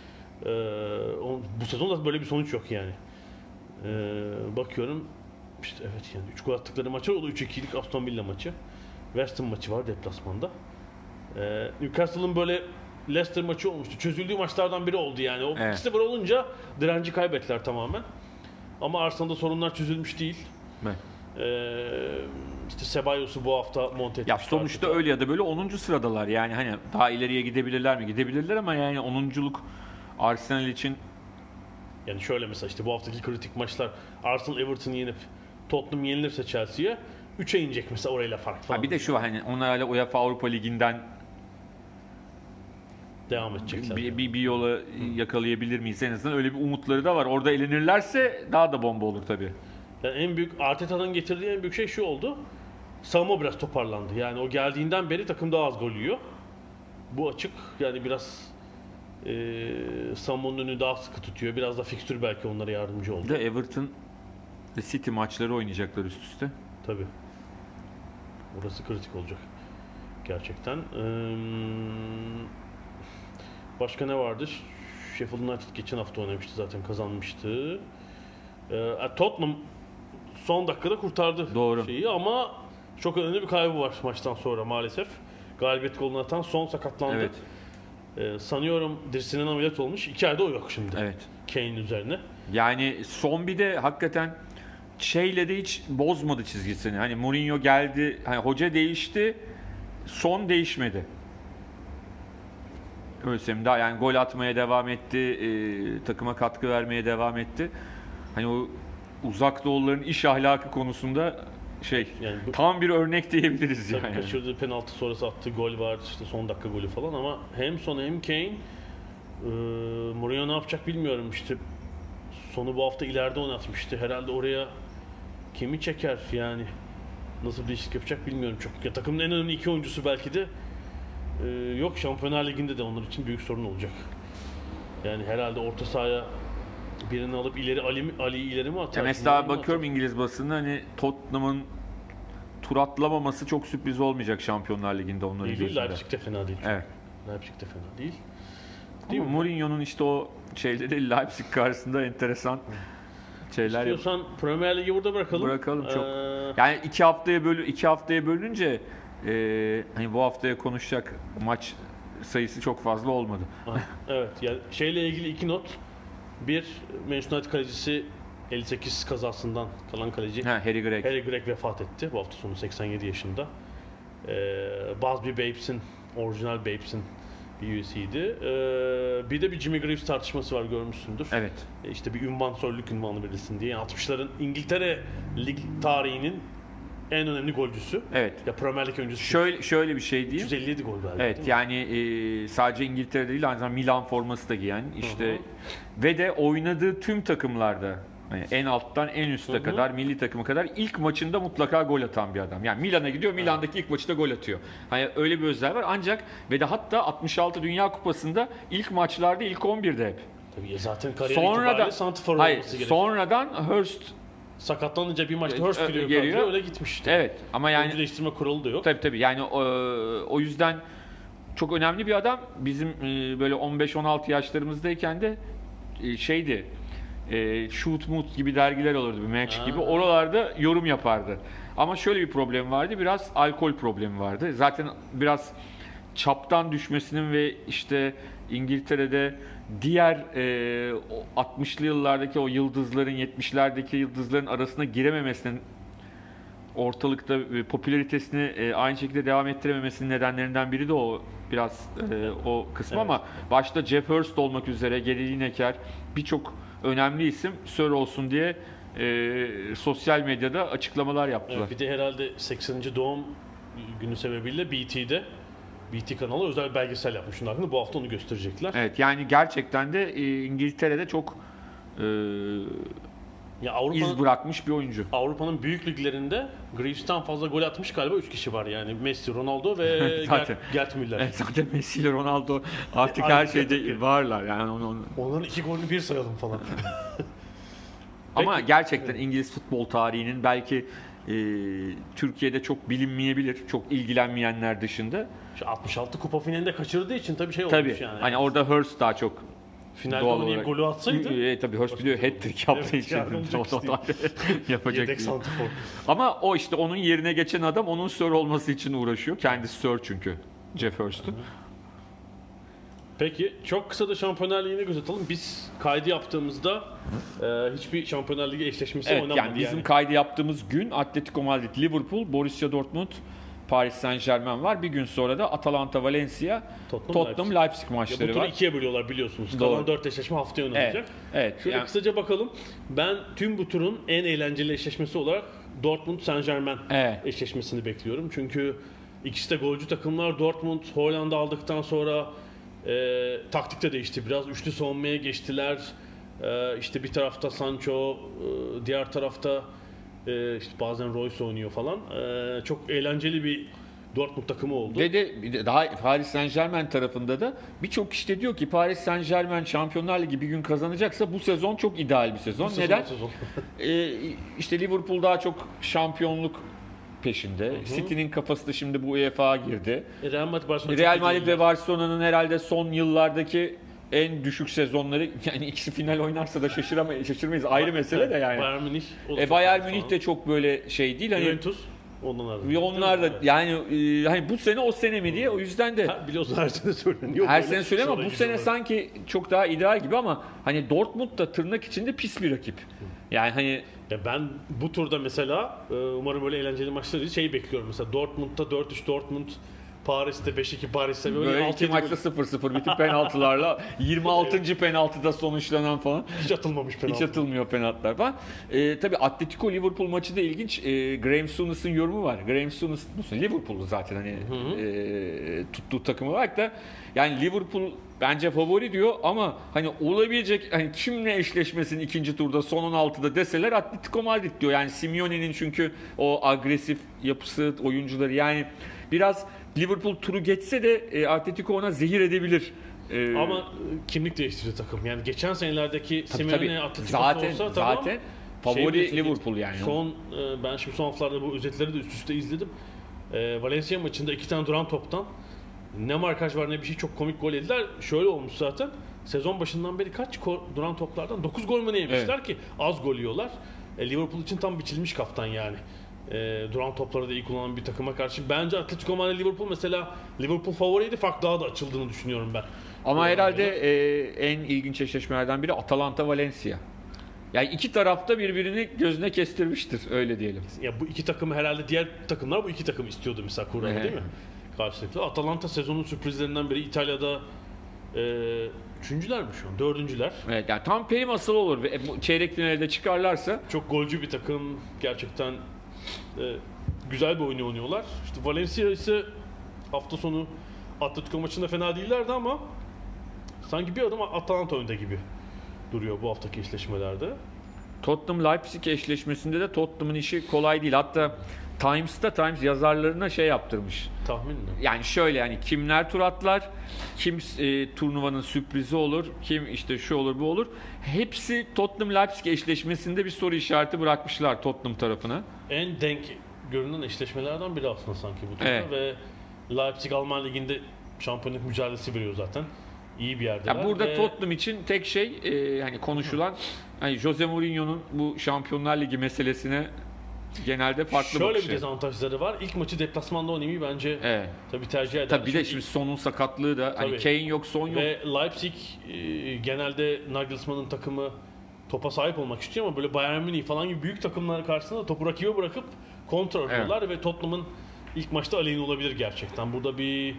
Bu sezon da böyle bir sonuç yok yani. Bakıyorum işte evet yani 3 gol attıkları maç var. O da 3-2'lik Aston Villa maçı. West Ham maçı var deplasmanda. Newcastle'ın böyle Leicester maçı olmuştu. Çözüldüğü maçlardan biri oldu yani. O Evet. 2-0 olunca direnci kaybettiler tamamen. Ama Arsenal'da sorunlar çözülmüş değil. Evet. İşte Cebalos'u bu hafta monte etmiş. Ya sonuçta öyle ya da böyle 10. sıradalar. Yani hani daha ileriye gidebilirler mi? Gidebilirler ama yani 10'unculuk Arsenal için Yani şöyle mesela işte bu haftaki kritik maçlar Arsenal Everton'ı yenip Tottenham yenilirse Chelsea'ye 3'e inecek mesela orayla fark falan. ha bir de şu var, hani onlar hala UEFA Avrupa Ligi'nden devam edecekler. bir yola yakalayabilir miyiz? En azından öyle bir umutları da var. Orada elenirlerse daha da bomba olur tabii. Yani en büyük Arteta'nın getirdiği en büyük şey şu oldu. Savunma biraz toparlandı. Yani o geldiğinden beri takım daha az gol yiyor. Bu açık. Yani biraz savunmanın önünü daha sıkı tutuyor. Biraz da fikstür belki onlara yardımcı Bir oldu. de Everton ve City maçları oynayacaklar üst üste. Tabii. Orası kritik olacak. Gerçekten. Başka ne vardı? Sheffield United geçen hafta oynamıştı zaten, kazanmıştı. Tottenham son dakikada kurtardı Doğru. şeyi ama çok önemli bir kaybı var maçtan sonra maalesef. Galibiyet golünü atan Son sakatlandı. Evet. Sanıyorum dirseğinden ameliyat olmuş. 2 ayda o yok şimdi. Evet. Kane'in üzerine. Yani son bir de hakikaten şeyle de hiç bozmadı çizgisini. Hani Mourinho geldi, hani hoca değişti, son değişmedi. Öyle söyleyeyim, daha yani gol atmaya devam etti, takıma katkı vermeye devam etti. Hani o uzak doğuların iş ahlakı konusunda Yani tam bir örnek diyebiliriz tabii yani. kaçırdığı penaltı sonrası attığı gol var, işte son dakika golü falan ama hem Son hem Kane Mourinho ne yapacak bilmiyorum. İşte Son'u bu hafta ileride oynatmıştı. Herhalde oraya kimi çeker yani, nasıl bir değişiklik yapacak bilmiyorum çok. Ya takımın en önemli iki oyuncusu belki de yok, Şampiyonlar Ligi'nde de onlar için büyük sorun olacak. Yani herhalde orta sahaya birini alıp Ali ileri mi atar? Mesela bakıyorum İngiliz basını, hani Tottenham'ın tur atlamaması çok sürpriz olmayacak Şampiyonlar Ligi'nde onların değil. gözünde. Leipzig de fena değil. Evet. Leipzig de fena değil. Ama Mourinho'nun işte o şeyleri Leipzig karşısında enteresan şeyler yapıyor. İstiyorsan Premier Ligi burada bırakalım. Bırakalım çok. Yani iki haftaya bölünce hani bu haftaya konuşacak maç sayısı çok fazla olmadı. Evet. Yani şeyle ilgili 2 not. Bir, Manchester United kalecisi 58 kazasından kalan kaleci Harry Gregg. Harry Gregg vefat etti bu hafta sonu 87 yaşında. Busby Babes'in, orijinal Babes'in bir üyesiydi. Bir de bir Jimmy Greaves tartışması var, görmüşsündür. Evet. İşte bir ünvan, sörlük ünvanı verilsin diye. Yani 60'ların İngiltere Lig tarihinin en önemli golcüsü. Evet. Ya Premier Lig öncüsü. Şöyle bir şey diyeyim. 157 gol galiba. Evet, yani sadece İngiltere'de değil, aynı zamanda Milan forması da giyen işte ve de oynadığı tüm takımlarda, yani en alttan en üste kadar, milli takımı kadar ilk maçında mutlaka gol atan bir adam. Yani Milan'a gidiyor, Milan'daki ilk maçta gol atıyor. Hani öyle bir özelliği var. Ancak ve de hatta 66 Dünya Kupası'nda ilk maçlarda ilk 11'de hep. Tabii zaten kariyer itibariyle santrfor olması gerekiyor. Sonradan Hurst sakatlanınca bir maçta Hurst geliyor, öyle gitmişti. Evet, ama yani öncüleştirme kuralı da yok. Tabii yani o yüzden çok önemli bir adam. Bizim böyle 15-16 yaşlarımızdayken de şeydi, Shoot Mood gibi dergiler olurdu, bir Match gibi. Oralarda yorum yapardı. Ama şöyle bir problem vardı, biraz alkol problemi vardı. Zaten biraz çaptan düşmesinin ve işte İngiltere'de diğer 60'lı yıllardaki o yıldızların, 70'lerdeki yıldızların arasına girememesinin, ortalıkta popülaritesini aynı şekilde devam ettirememesinin nedenlerinden biri de o biraz o kısmı. Evet. Ama başta Jeff Hurst olmak üzere Gary Lineker, birçok önemli isim Sir olsun diye sosyal medyada açıklamalar yaptılar. Evet, bir de herhalde 80. doğum günü sebebiyle BT kanalı özel belgesel yapmış bunun hakkında. Bu hafta onu gösterecekler. Evet, yani gerçekten de İngiltere'de çok ya iz bırakmış bir oyuncu. Avrupa'nın büyük liglerinde Greaves'ten fazla gol atmış galiba 3 kişi var yani. Messi, Ronaldo ve Gerd Müller. Evet, zaten Messi ile Ronaldo artık her şeyde varlar. Yani onların 2 golünü bir sayalım falan. Ama gerçekten İngiliz futbol tarihinin belki Türkiye'de çok bilinmeyebilir, çok ilgilenmeyenler dışında. Şu 66 kupa finalinde kaçırdığı için tabii şey olmuş yani. Hani orada Hurst daha çok finalde oynayıp golü atsaydı. Tabii Hurst biliyor, hat-trick yaptığı için. Yapacak yedek santrfor. Ama o işte onun yerine geçen adam onun Sir olması için uğraşıyor. Kendisi Sir çünkü. Jeff Hurst'un. Peki çok kısa da Şampiyonlar Ligi'ne göz atalım. Biz kaydı yaptığımızda hiçbir Şampiyonlar Ligi eşleşmesi oynanmadı. Yani bizim kaydı yaptığımız gün Atletico Madrid, Liverpool, Borussia Dortmund, Paris Saint-Germain var. Bir gün sonra da Atalanta, Valencia, Tottenham, Leipzig maçları var. Bu turu ikiye bölüyorlar biliyorsunuz. Kalan 4 eşleşme haftaya oynanacak. Evet. Şöyle kısaca bakalım. Ben tüm bu turun en eğlenceli eşleşmesi olarak Dortmund Saint-Germain eşleşmesini bekliyorum. Çünkü ikisi de golcü takımlar. Dortmund Hollanda aldıktan sonra taktik de değişti biraz. Üçlü savunmaya geçtiler. İşte bir tarafta Sancho, diğer tarafta işte bazen Royce oynuyor falan. Çok eğlenceli bir Dortmund takımı oldu. Ve de daha Paris Saint-Germain tarafında da birçok işte diyor ki Paris Saint-Germain Şampiyonlar Ligi bir gün kazanacaksa bu sezon çok ideal bir sezon. Neden? İşte Liverpool daha çok şampiyonluk peşinde. City'nin kafası da şimdi bu UEFA'ya girdi. Real Madrid ve Barcelona'nın herhalde son yıllardaki en düşük sezonları, yani ikisi final oynarsa da şaşırmayız. Ayrı mesele de yani. Bayern Münih de çok böyle şey değil. Hani Juventus onlar da yani hani bu sene o sene mi diye, o yüzden de biliyorsun her sene söyleniyor. Her sene söyleniyor ama bu sene sanki çok daha ideal gibi, ama hani Dortmund da tırnak içinde pis bir rakip. Yani hani ben bu turda mesela umarım böyle eğlenceli maçları bekliyorum. Mesela Dortmund'da 4-3 Dortmund, Paris'te 5-2 Paris'te böyle iki maçta 0-0 bitip penaltılarla 26. penaltıda sonuçlanan falan. Hiç atılmamış penaltı. Hiç atılmıyor penaltılar falan. Tabii Atletico Liverpool maçı da ilginç. Graham Souness'ın yorumu var. Graham Souness Liverpool'u zaten hani tuttuğu takımı var da, yani Liverpool bence favori diyor ama hani olabilecek hani kimle eşleşmesin ikinci turda son 16'da deseler Atletico Madrid diyor. Yani Simeone'nin çünkü o agresif yapısı, oyuncuları, yani biraz Liverpool turu geçse de Atletico ona zehir edebilir. Ama kimlik değiştirdi takım. Yani geçen senelerdeki tabii, Simeone Atletico'su olsa tamam. Zaten favori Şey Liverpool yani. Ben şimdi son haftalarda bu özetleri de üst üste izledim. Valencia maçında 2 tane duran toptan ne markaj var ne bir şey, çok komik gol yediler. Şöyle olmuş zaten. Sezon başından beri kaç duran toplardan 9 gol mü ne yemişler ki az gol yiyorlar. Liverpool için tam biçilmiş kaftan yani. Duran topları da iyi kullanan bir takıma karşı. Bence Atletico Madrid Liverpool mesela Liverpool favoriydi. Fark daha da açıldığını düşünüyorum ben. Ama herhalde en ilginç eşleşmelerden biri Atalanta Valencia. Yani iki tarafta birbirini gözüne kestirmiştir, öyle diyelim. Ya bu iki takımı herhalde diğer takımlar bu iki takım istiyordu mesela kurada, değil mi? Karşılıklı. Atalanta sezonun sürprizlerinden biri. İtalya'da üçüncüler mi şu an? Dördüncüler. Evet, yani tam peri masalı olur ve çeyrek finalde çıkarlarsa. Çok golcü bir takım. Gerçekten güzel bir oyunu oynuyorlar. İşte Valencia ise hafta sonu Atletico maçında fena değillerdi ama sanki bir adım Atalanta önde gibi duruyor bu haftaki eşleşmelerde. Tottenham-Leipzig eşleşmesinde de Tottenham'ın işi kolay değil. Hatta Times yazarlarına şey yaptırmış. Tahmin mi? Yani şöyle, yani kimler tur atlar, kim turnuvanın sürprizi olur, kim işte şu olur bu olur. Hepsi Tottenham-Leipzig eşleşmesinde bir soru işareti bırakmışlar Tottenham tarafına. En denk görünen eşleşmelerden biri aslında sanki bu turnuva. Evet. Ve Leipzig Alman Ligi'nde şampiyonluk mücadelesi veriyor zaten. İyi bir yerdeler. Yani burada Tottenham için tek şey hani konuşulan, hani Jose Mourinho'nun bu Şampiyonlar Ligi meselesine genelde farklı şöyle bakışı. bir dezavantajları var. İlk maçı deplasmanda oynamayı bence tabii tercih eder. Tabii bir de şimdi Son'un sakatlığı da, hani Kane yok, Son yok. Ve Leipzig genelde Nagelsmann'ın takımı topa sahip olmak istiyor ama böyle Bayern Münih falan gibi büyük takımlar karşısında topu rakibe bırakıp kontrol ediyorlar ve Tottenham'ın ilk maçta aleyhine olabilir gerçekten. Burada bir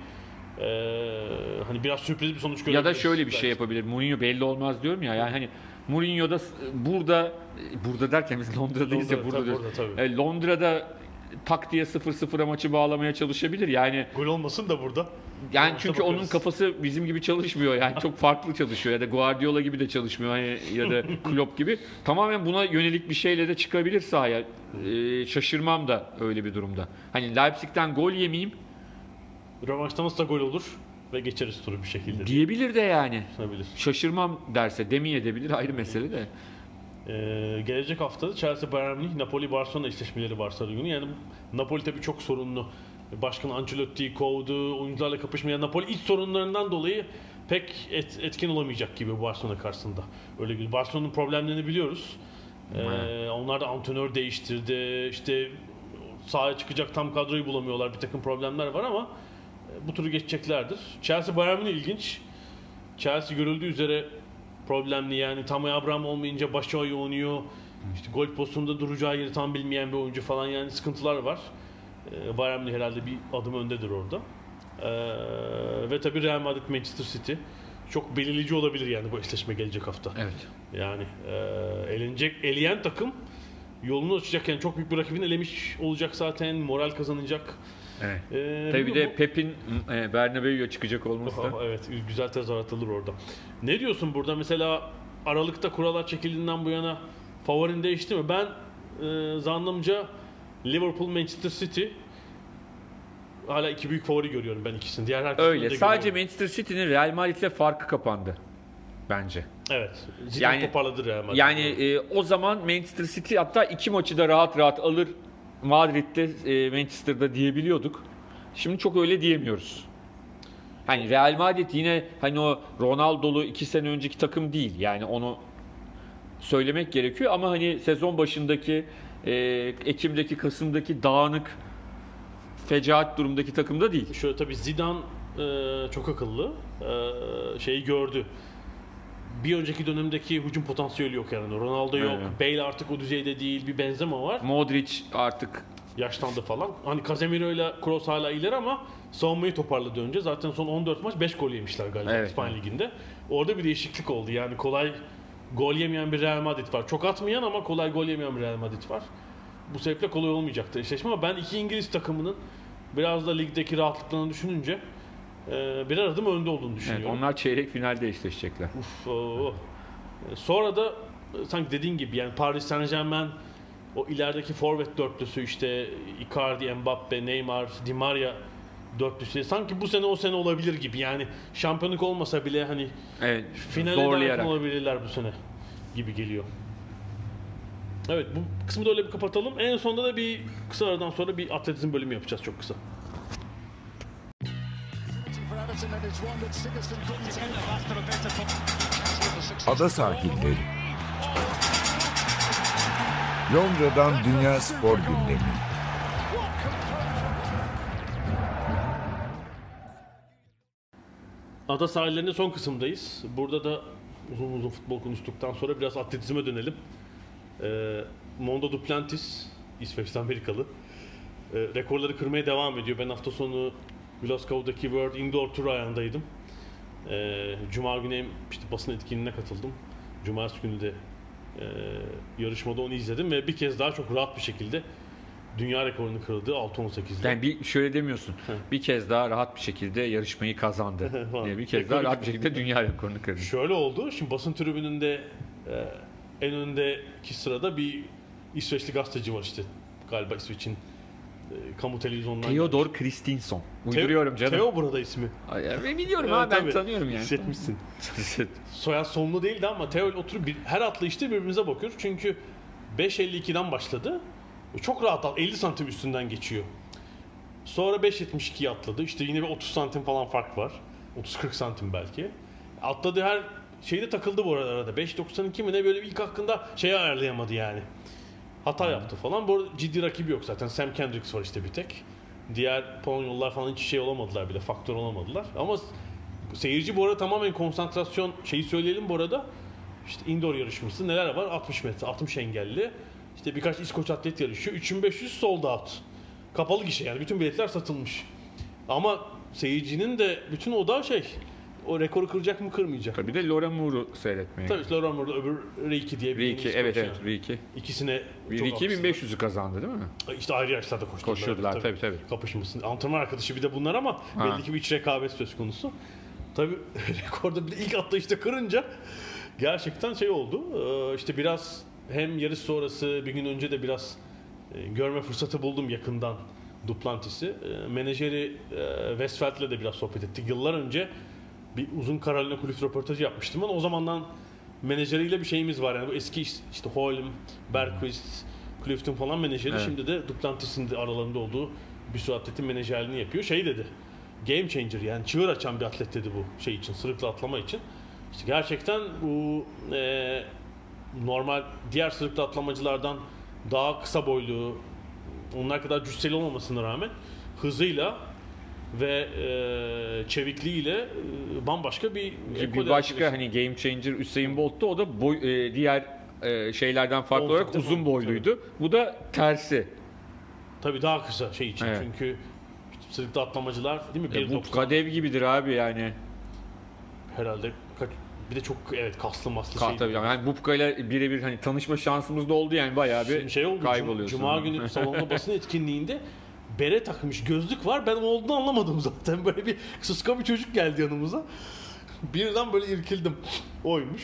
hani biraz sürpriz bir sonuç görebiliriz. Ya da şöyle bir şey yapabilir. Mourinho belli olmaz diyorum ya. Yani hani Mourinho da burada derken biz Londra'dayız ya, burada diyoruz. Tabii. Londra'da tak diye 0-0'a maçı bağlamaya çalışabilir. Yani gol olmasın da burada. yani çünkü onun kafası bizim gibi çalışmıyor. Yani çok farklı çalışıyor, ya da Guardiola gibi de çalışmıyor, hani ya da Klopp gibi. Tamamen buna yönelik bir şeyle de çıkabilir sahaya. Şaşırmam da öyle bir durumda. Hani Leipzig'ten gol yemeyeyim. Rövanşta nasıl da gol olur ve geçeriz turu bir şekilde. Diyebilir de yani. Olabilir. Şaşırmam derse demeyebilir, ayrı mesele de. Gelecek hafta Chelsea, Bayern Münih, Napoli, Barcelona eşleşmeleri var Salı günü. Yani Napoli tabii çok sorunlu. Başkan Ancelotti'yi kovdu, oyuncularla kapışmayan Napoli iç sorunlarından dolayı pek etkin olamayacak gibi Barcelona karşısında. Öyle gibi. Barcelona'nın problemlerini biliyoruz. Onlar da antrenör değiştirdi. İşte sahaya çıkacak tam kadroyu bulamıyorlar. Bir takım problemler var ama bu turu geçeceklerdir. Chelsea, Bayern Münih ilginç. Chelsea görüldüğü üzere problemli, yani Tammy Abraham olmayınca Başakşehir oynuyor. İşte gol pozisyonunda duracağı yeri tam bilmeyen bir oyuncu falan, yani sıkıntılar var. Bayern Münih herhalde bir adım öndedir orada. Ve tabii Real Madrid, Manchester City çok belirleyici olabilir yani bu eşleşme gelecek hafta. Evet. Yani eleyen takım yolunu açacak, yani çok büyük bir rakibini elemiş olacak zaten, moral kazanacak. Evet. Tabii bir de Pep'in Bernabeu'ya çıkacak olması da. Evet, güzel tezahürat alır orada. Ne diyorsun burada? Mesela Aralık'ta kurallar çekildiğinden bu yana favorin değişti mi? Ben zannımca Liverpool, Manchester City hala iki büyük favori görüyorum ben ikisini. Diğer herkesin Öyle. Sadece Manchester City'nin Real Madrid'le farkı kapandı bence. Evet. Zidane toparladı Real Madrid. Yani o zaman Manchester City hatta iki maçı da rahat rahat alır Madrid'de, Manchester'da diyebiliyorduk. Şimdi çok öyle diyemiyoruz. Hani Real Madrid yine hani o Ronaldo'lu 2 sene önceki takım değil. Yani onu söylemek gerekiyor ama hani sezon başındaki Ekim'deki, Kasım'daki dağınık, fecaat durumdaki takımda değil. Şöyle tabii Zidane çok akıllı. Şeyi gördü. Bir önceki dönemdeki hücum potansiyeli yok yani. Ronaldo yok. Aynen. Bale artık o düzeyde değil. Bir Benzema var. Modric artık Yaşlandı falan. Hani Casemiro ile Kroos hala iyiler ama savunmayı toparladı önce. Zaten son 14 maç 5 gol yemişler galiba, evet, İspanya Ligi'nde. Orada bir değişiklik oldu. Yani kolay gol yemeyen bir Real Madrid var. Çok atmayan ama kolay gol yemeyen bir Real Madrid var. Bu sebeple kolay olmayacaktı eşleşme ama ben iki İngiliz takımının biraz da ligdeki rahatlıklarını düşününce birer adım önde olduğunu Evet, düşünüyorum. onlar çeyrek finalde eşleşecekler. Sonra da sanki dediğin gibi yani Paris Saint-Germain o ilerideki forvet dörtlüsü işte Icardi, Mbappe, Neymar, Di Maria dörtlüsü sanki bu sene o sene olabilir gibi. Yani şampiyonluk olmasa bile hani Evet, finale de zorlayarak. yakın olabilirler bu sene gibi geliyor. Evet, bu kısmı da öyle bir kapatalım. En sonunda da bir kısa aradan sonra bir atletizm bölümü yapacağız çok kısa. Ada sahilleri. Londra'dan Dünya Spor Gündemi. Ada sahillerinin son kısımdayız. Burada da uzun futbol konuştuktan sonra biraz atletizme dönelim. Mondo Duplantis, İsveçli Amerikalı. Rekorları kırmaya devam ediyor. Ben hafta sonu Glasgow'daki World Indoor Tour ayağındaydım. Cuma günü işte basın etkinliğine katıldım. Cumartesi günü de yarışmada onu izledim ve bir kez daha çok rahat bir şekilde dünya rekorunu kırdı 6.18'de. Yani şöyle demiyorsun. Bir kez daha rahat bir şekilde yarışmayı kazandı. Yani bir kez daha rahat bir şekilde dünya rekorunu kırdı. Şöyle oldu. Şimdi basın tribününde en öndeki sırada bir İsveçli gazeteci var işte. Galiba İsveç'in kamu televizyonundan. Theodor Kristinsson. Uyduruyorum canım. Theo burada ismi. Ben biliyorum abi, ben tanıyorum yani. Hissetmişsin. Soyad sonlu değildi ama Theo oturup her atlayışta birbirimize bakıyoruz. Çünkü 5.52'den başladı. Çok rahat 50 santim üstünden geçiyor. Sonra 5.72'ye atladı. İşte yine bir 30 santim falan fark var. 30-40 santim belki. Atladı her şeyde takıldı bu arada. 5.92 mi ne böyle ilk hakkında şeyi ayarlayamadı yani. Hata yaptı falan. Bu arada ciddi rakibi yok zaten. Sam Kendricks var işte bir tek. Diğer Polonyalılar falan hiç şey olamadılar bile. Faktör olamadılar. Ama seyirci bu arada tamamen konsantrasyon şeyi söyleyelim bu arada. İşte indoor yarışması neler var? 60 metre, 60 engelli. İşte birkaç İskoç atlet yarışıyor. 3500 sold out. Kapalı gişe yani. Bütün biletler satılmış. Ama seyircinin de bütün odağı o rekoru kıracak mı kırmayacak. Tabii de Laura Moore'u seyretmeye. Tabii Laurent Mour'da öbür Reiki diye bir Reiki, evet Reiki. İkisine Reiki 1500'ü kazandı değil mi? İşte ayrı yaşlarda Koşuyordular tabii. Kapışmasın. Antrenman arkadaşı bir de bunlar ama belli ki bir iç rekabet söz konusu. Tabii rekorda bir de ilk atlayışta kırınca gerçekten oldu. İşte biraz hem yarış sonrası bir gün önce de biraz görme fırsatı buldum yakından Duplantis'i. Menajeri Westfeld'le de biraz sohbet ettik. Yıllar önce bir uzun Karolina Klüft röportajı yapmıştım ama o zamandan menajeriyle bir şeyimiz var. Yani bu eski işte Holm, Bergqvist, Klüft'ün falan menajeri. Evet. Şimdi de Duplantis'in de aralarında olduğu bir sürü atletin menajerliğini yapıyor. Dedi. Game changer yani çığır açan bir atlet dedi bu şey için, sırıkla atlama için. İşte gerçekten bu normal diğer sırıkla atlamacılardan daha kısa boylu, onlar kadar cüsseli olmamasına rağmen hızıyla ve çevikliğiyle bambaşka bir başka hani game changer Usain Bolt'tu. O da diğer şeylerden farklı olarak uzun boyluydu. Tabii. Bu da tersi. Tabii daha kısa şey için. Evet. Çünkü sırıkla atlamacılar değil mi? Bu kadev gibidir abi yani. Herhalde bir de çok kaslı maslı Tabii yani Bubka ile birebir hani tanışma şansımız da oldu yani bayağı bir oldu, kayboluyorsun. Cuma günü salonda basın etkinliğinde bere takmış, gözlük var. Ben olduğunu anlamadım zaten. Böyle bir sıska bir çocuk geldi yanımıza. Birden böyle irkildim. Oymuş.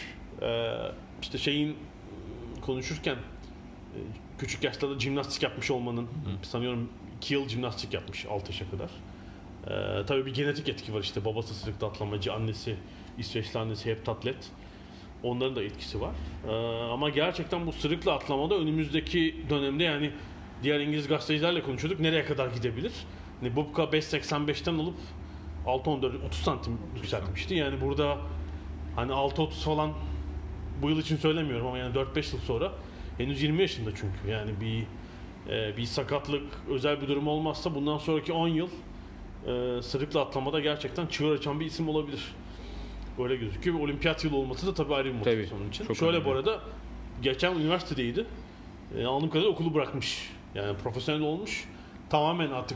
İşte konuşurken küçük yaşta da jimnastik yapmış olmanın sanıyorum 2 yıl jimnastik yapmış 6 yaşa kadar. Tabii bir genetik etki var işte. Babası sırıkta atlamacı, annesi İsveçli annesi heptatlet. Onların da etkisi var. Ama gerçekten bu sırıkla atlamada önümüzdeki dönemde yani diğer İngiliz gazetecilerle konuşuyorduk. Nereye kadar gidebilir? Bubka 5.85'ten alıp 6.14 30 santim yükseltmişti. Yani burada hani 6.30 falan bu yıl için söylemiyorum ama yani 4-5 yıl sonra henüz 20 yaşında çünkü. Yani bir sakatlık, özel bir durum olmazsa bundan sonraki 10 yıl sırıkla atlamada gerçekten çığır açan bir isim olabilir. Öyle gözüküyor. Olimpiyat yılı olması da tabii ayrı bir motivasyon onun için. Şöyle önemli. Bu arada geçen üniversitedeydi. Anladığım kadarıyla okulu bırakmış. Yani profesyonel olmuş. Tamamen artık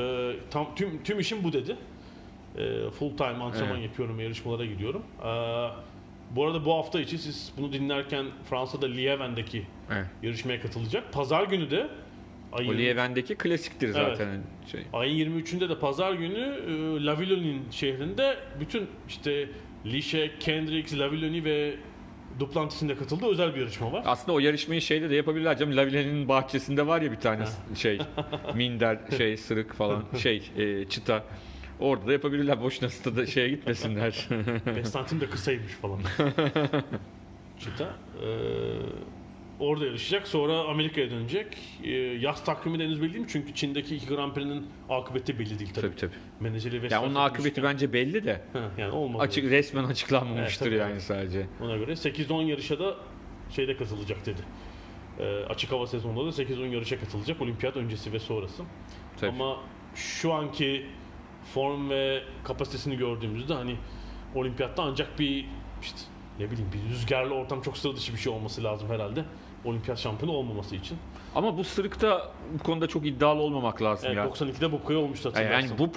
tüm işim bu dedi. Full time antrenman yapıyorum, yarışmalara gidiyorum. Bu arada bu hafta içi siz bunu dinlerken Fransa'da Lieven'deki yarışmaya katılacak. Pazar günü de Ayın, Olieven'deki klasiktir zaten. Şey. ayın 23'ünde de pazar günü Lavillonien şehrinde bütün işte Lishe, Kendricks, Lavilloni ve Duplantis'in de katıldığı özel bir yarışma var. Aslında o yarışmayı şeyde de yapabilirler canım. Lavile'nin bahçesinde var ya bir tane şey, minder, sırık falan, çıta. Orada da yapabilirler. Boşuna stada şeye gitmesinler. 5 santim de kısaymış falan. Çıta. Orada yarışacak. Sonra Amerika'ya dönecek. Yaz takvimi de henüz belli değil mi? Çünkü Çin'deki 2 Grand Prix'nin akıbeti belli değil tabii. Tabii. Menajeri Yani onun akıbeti bence belli de. Yani olmadı. Resmen açıklanmamıştır evet, yani sadece. Ona göre 8-10 yarışa da katılacak dedi. Açık hava sezonunda da 8-10 yarışa katılacak. Olimpiyat öncesi ve sonrası. Tabii. Ama şu anki form ve kapasitesini gördüğümüzde hani olimpiyatta ancak bir işte ne bileyim bir rüzgarlı ortam, çok sıra dışı bir şey olması lazım herhalde. Olimpiyat şampiyonu olmaması için. Ama bu sırıkta bu konuda çok iddialı olmamak lazım Evet, ya. 92'de Bubka'ya olmuştu hatırlarsın. Yani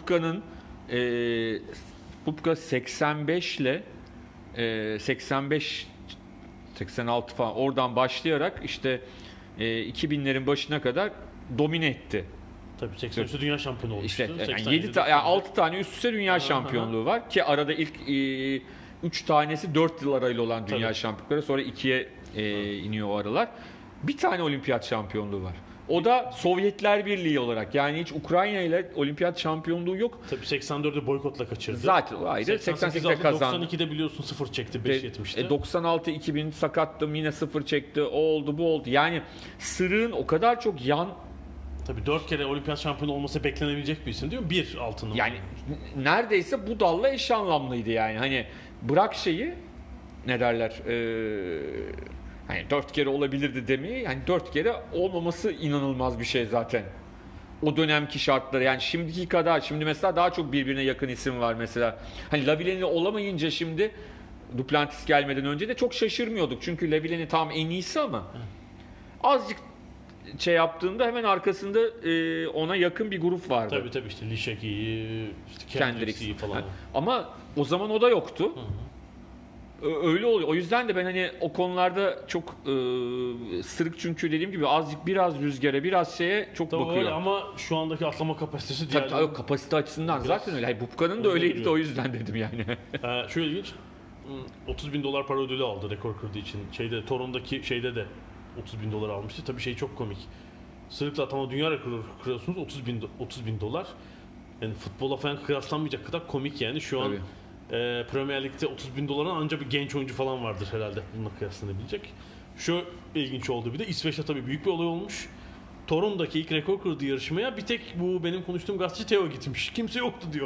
Bubka 85 ile 85 86 falan oradan başlayarak işte 2000'lerin başına kadar domine etti. Tabii 83'te dünya şampiyonu olmuştu. İşte yani 6 tane üst üste dünya şampiyonluğu var ki arada ilk 3 tanesi 4 yıl arayla olan dünya şampiyonlukları, sonra 2'ye iniyor o aralar. Bir tane olimpiyat şampiyonluğu var. O da Sovyetler Birliği olarak. Yani hiç Ukrayna ile olimpiyat şampiyonluğu yok. Tabii 84'de boykotla kaçırdı. Zaten o ayrı. 88'de kazandı. 92'de biliyorsun 0 çekti 5.70'te. 96 2000 sakattım, yine 0 çekti. O oldu, bu oldu. Yani sırığın o kadar çok Tabii 4 kere olimpiyat şampiyonu olması beklenebilecek bir isim değil mi? Bir altını. Yani neredeyse bu dalla eş anlamlıydı yani. Hani bırak şeyi, ne derler, hani 4 kere olabilirdi demeyi, yani 4 kere olmaması inanılmaz bir şey zaten. O dönemki şartları, yani şimdiki kadar, şimdi mesela daha çok birbirine yakın isim var mesela. Hani Lavillenie olamayınca şimdi, Duplantis gelmeden önce de çok şaşırmıyorduk. Çünkü Lavillenie tam en iyisi ama azıcık yaptığında hemen arkasında ona yakın bir grup vardı. Tabii işte Lisheki'yi, işte Kendricks'i falan. Ama o zaman o da yoktu. Öyle oluyor. O yüzden de ben hani o konularda çok sırık, çünkü dediğim gibi biraz rüzgara, biraz şeye çok tabii bakıyor. Öyle ama şu andaki atlama kapasitesi tabii kapasite açısından zaten öyle. Bubka'nın da öyleydi de o yüzden dedim yani. Şöyle ilginç. $30.000 para ödülü aldı rekor kırdığı için. Toronto'daki şeyde de $30.000 almıştı. Tabii çok komik. Sırıkla atlama dünya rekoru kırıyorsunuz, $30.000. Yani futbola falan kıyaslanmayacak kadar komik yani. Şu an Premier Lig'de $30.000'ın ancak bir genç oyuncu falan vardır herhalde bununla kıyaslanabilecek. Şu ilginç oldu, bir de İsveç'te tabii büyük bir olay olmuş. Toronto'daki ilk rekor kırdığı yarışmaya bir tek bu benim konuştuğum gazeteci Theo gitmiş. Kimse yoktu diyor.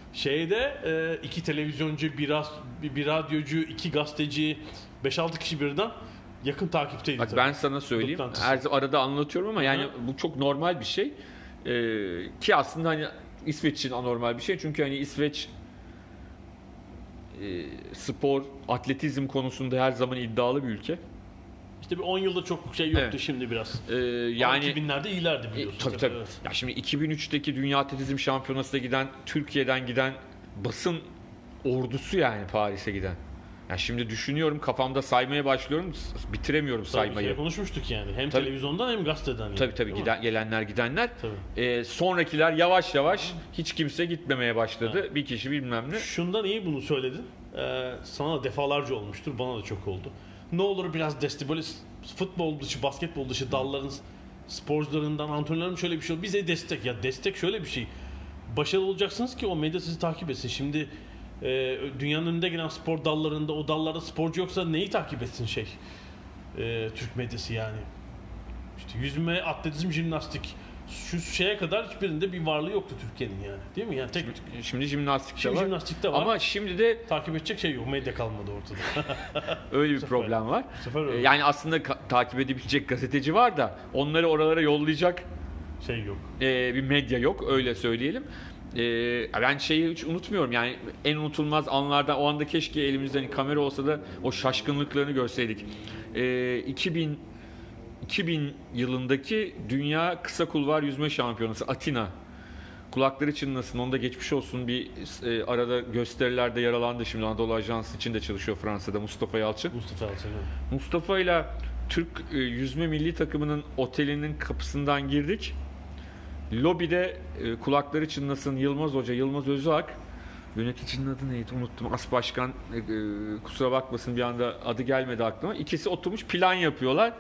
2 televizyoncu, bir radyocu, 2 gazeteci, 5-6 kişi birden yakın takipteydi. Bak ben sana söyleyeyim. Her arada anlatıyorum ama yani bu çok normal bir şey. Ki aslında hani İsveç için anormal bir şey. Çünkü hani İsveç spor, atletizm konusunda her zaman iddialı bir ülke. İşte bir 10 yılda çok şey yoktu, şimdi biraz. Yani 2000'lerde iyilerdi biliyorsun. Tabii. Evet. Ya şimdi 2003'teki Dünya Atletizm Şampiyonası'na giden, Türkiye'den giden basın ordusu, yani Paris'e giden. Yani şimdi düşünüyorum, kafamda saymaya başlıyorum, bitiremiyorum saymayı. Konuşmuştuk yani. Hem televizyondan hem gazeteden. Yani, tabii gelenler gidenler. Tabii. Sonrakiler yavaş yavaş hiç kimse gitmemeye başladı. Evet. Bir kişi bilmem ne. Şundan iyi bunu söyledin. Sana da defalarca olmuştur, bana da çok oldu. Ne olur biraz destek, böyle futbol dışı, basketbol dışı dalların sporcularından, antrenörlerin şöyle bir şey olur. Bize destek. Ya destek şöyle bir şey. Başarılı olacaksınız ki o medya sizi takip etsin. Şimdi dünyanın önünde gelen spor dallarında, o dallarda sporcu yoksa neyi takip etsin Türk medyası yani. İşte yüzme, atletizm, jimnastik. Şu şeye kadar hiçbirinde bir varlığı yoktu Türkiye'nin yani. Değil mi? Yani şimdi jimnastikte var. Jimnastikte var. Ama şimdi de takip edecek şey yok. Medya kalmadı ortada. Öyle bir problem var. Yani aslında takip edebilecek gazeteci var da onları oralara yollayacak şey yok. Bir medya yok, öyle söyleyelim. Ben şeyi hiç unutmuyorum, yani en unutulmaz anlardan, o anda keşke elimizde hani kamera olsa da o şaşkınlıklarını görseydik. 2000 yılındaki Dünya Kısa Kulvar Yüzme Şampiyonası Atina. kulakları çınlasın. Onda geçmiş olsun, bir arada gösterilerde yaralandı. Şimdi Anadolu Ajansı için de çalışıyor Fransa'da, Mustafa Yalçın. Mustafa ile Türk yüzme milli takımının otelinin kapısından girdik. Lobide kulakları çınlasın Yılmaz Hoca, Yılmaz Özak. Yöneticinin adı neydi unuttum. As Başkan kusura bakmasın, bir anda adı gelmedi aklıma. İkisi oturmuş plan yapıyorlar.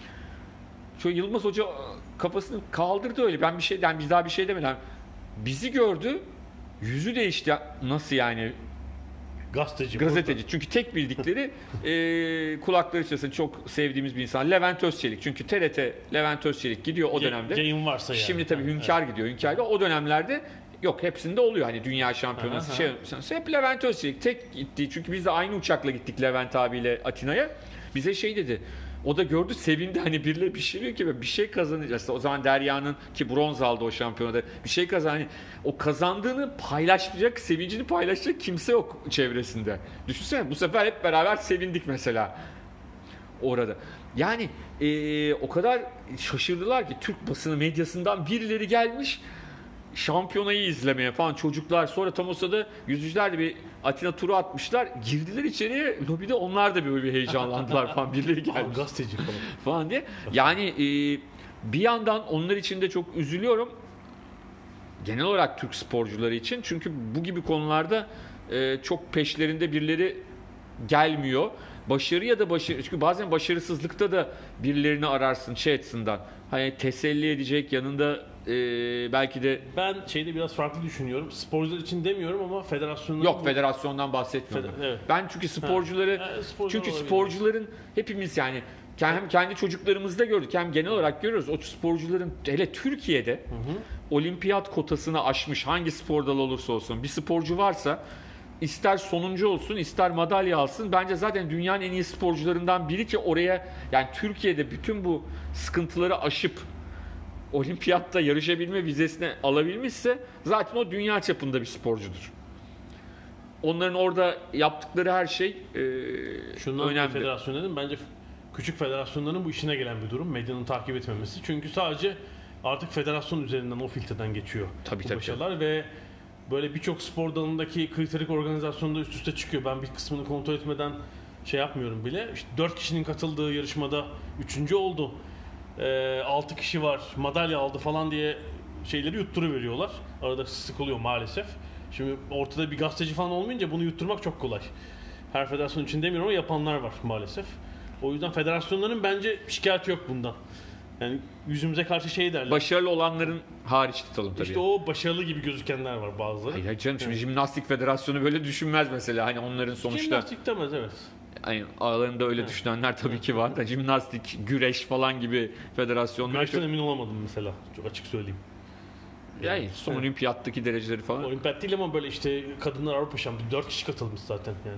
Şu Yılmaz Hoca kafasını kaldırdı öyle. Biz daha bir şey demeden. Bizi gördü. Yüzü değişti. Nasıl yani? Gazeteci. Çünkü tek bildikleri kulakları çınlasın çok sevdiğimiz bir insan. Levent Özçelik. Çünkü TRT Levent Özçelik gidiyor o dönemde. Yayın varsa yani. Şimdi tabii Hünkar gidiyor. Hünkar o dönemlerde yok, hepsinde oluyor hani dünya şampiyonası hep Levent Özçelik tek gitti. Çünkü biz de aynı uçakla gittik Levent abiyle Atina'ya. Bize şey dedi. O da gördü, sevindi, hani birileri bir şey diyor ki bir şey kazanacağız. O zaman Derya'nın ki bronz aldı o şampiyonada. Bir şey hani o kazandığını paylaşacak, sevincini paylaşacak kimse yok çevresinde. Düşünsene, bu sefer hep beraber sevindik mesela orada. Yani o kadar şaşırdılar ki Türk basını medyasından birileri gelmiş şampiyonayı izlemeye falan, çocuklar. Sonra tam o sırada yüzücüler de bir Atina turu atmışlar. Girdiler içeriye, lobide onlar da böyle bir heyecanlandılar falan. Birileri gelmiş. Gazeteci falan diye. Yani bir yandan onlar için de çok üzülüyorum. Genel olarak Türk sporcuları için. Çünkü bu gibi konularda çok peşlerinde birileri gelmiyor. Başarı ya da çünkü bazen başarısızlıkta da birilerini ararsın açısından. Hani teselli edecek yanında belki de. Ben biraz farklı düşünüyorum. Sporcular için demiyorum ama federasyonların... Yok, federasyondan bahsetmiyorum. Evet. Ben çünkü sporcuları sporcuların hepimiz yani hem kendi çocuklarımızda gördük hem genel olarak görüyoruz. O sporcuların hele Türkiye'de olimpiyat kotasını aşmış hangi spor dalı olursa olsun bir sporcu varsa, ister sonuncu olsun, ister madalya alsın. Bence zaten dünyanın en iyi sporcularından biri ki oraya, yani Türkiye'de bütün bu sıkıntıları aşıp olimpiyatta yarışabilme vizesini alabilmişse zaten o dünya çapında bir sporcudur. Onların orada yaptıkları her şey Şundan önemli. Federasyon dedim. Bence küçük federasyonların bu işine gelen bir durum. Medyanın takip etmemesi. Çünkü sadece artık federasyon üzerinden, o filtreden geçiyor bu başarılar ve böyle birçok spor dalındaki kriterik organizasyonda üst üste çıkıyor. Ben bir kısmını kontrol etmeden yapmıyorum bile. İşte 4 kişinin katıldığı yarışmada 3. oldu. 6 kişi var, madalya aldı falan diye şeyleri yutturuveriyorlar. Arada sık oluyor maalesef. Şimdi ortada bir gazeteci falan olmayınca bunu yutturmak çok kolay. Her federasyon için demiyorum ama yapanlar var maalesef. O yüzden federasyonların bence şikayeti yok bundan. Yani yüzümüze karşı derler. Başarılı olanların hariç tutalım tabii. İşte o başarılı gibi gözükenler var bazıları. Hayır canım, şimdi Jimnastik Federasyonu böyle düşünmez mesela. Hani onların sonuçta... Jimnastik demez, evet. Yani aralarında öyle düşünenler tabii ki var da jimnastik, güreş falan gibi federasyonlar... Güreşten emin olamadım mesela. Çok açık söyleyeyim. Yani son olimpiyattaki dereceleri falan. Olimpiyat değil ama böyle kadınlar Avrupa Şampiyonu 4 kişi katılmış zaten yani.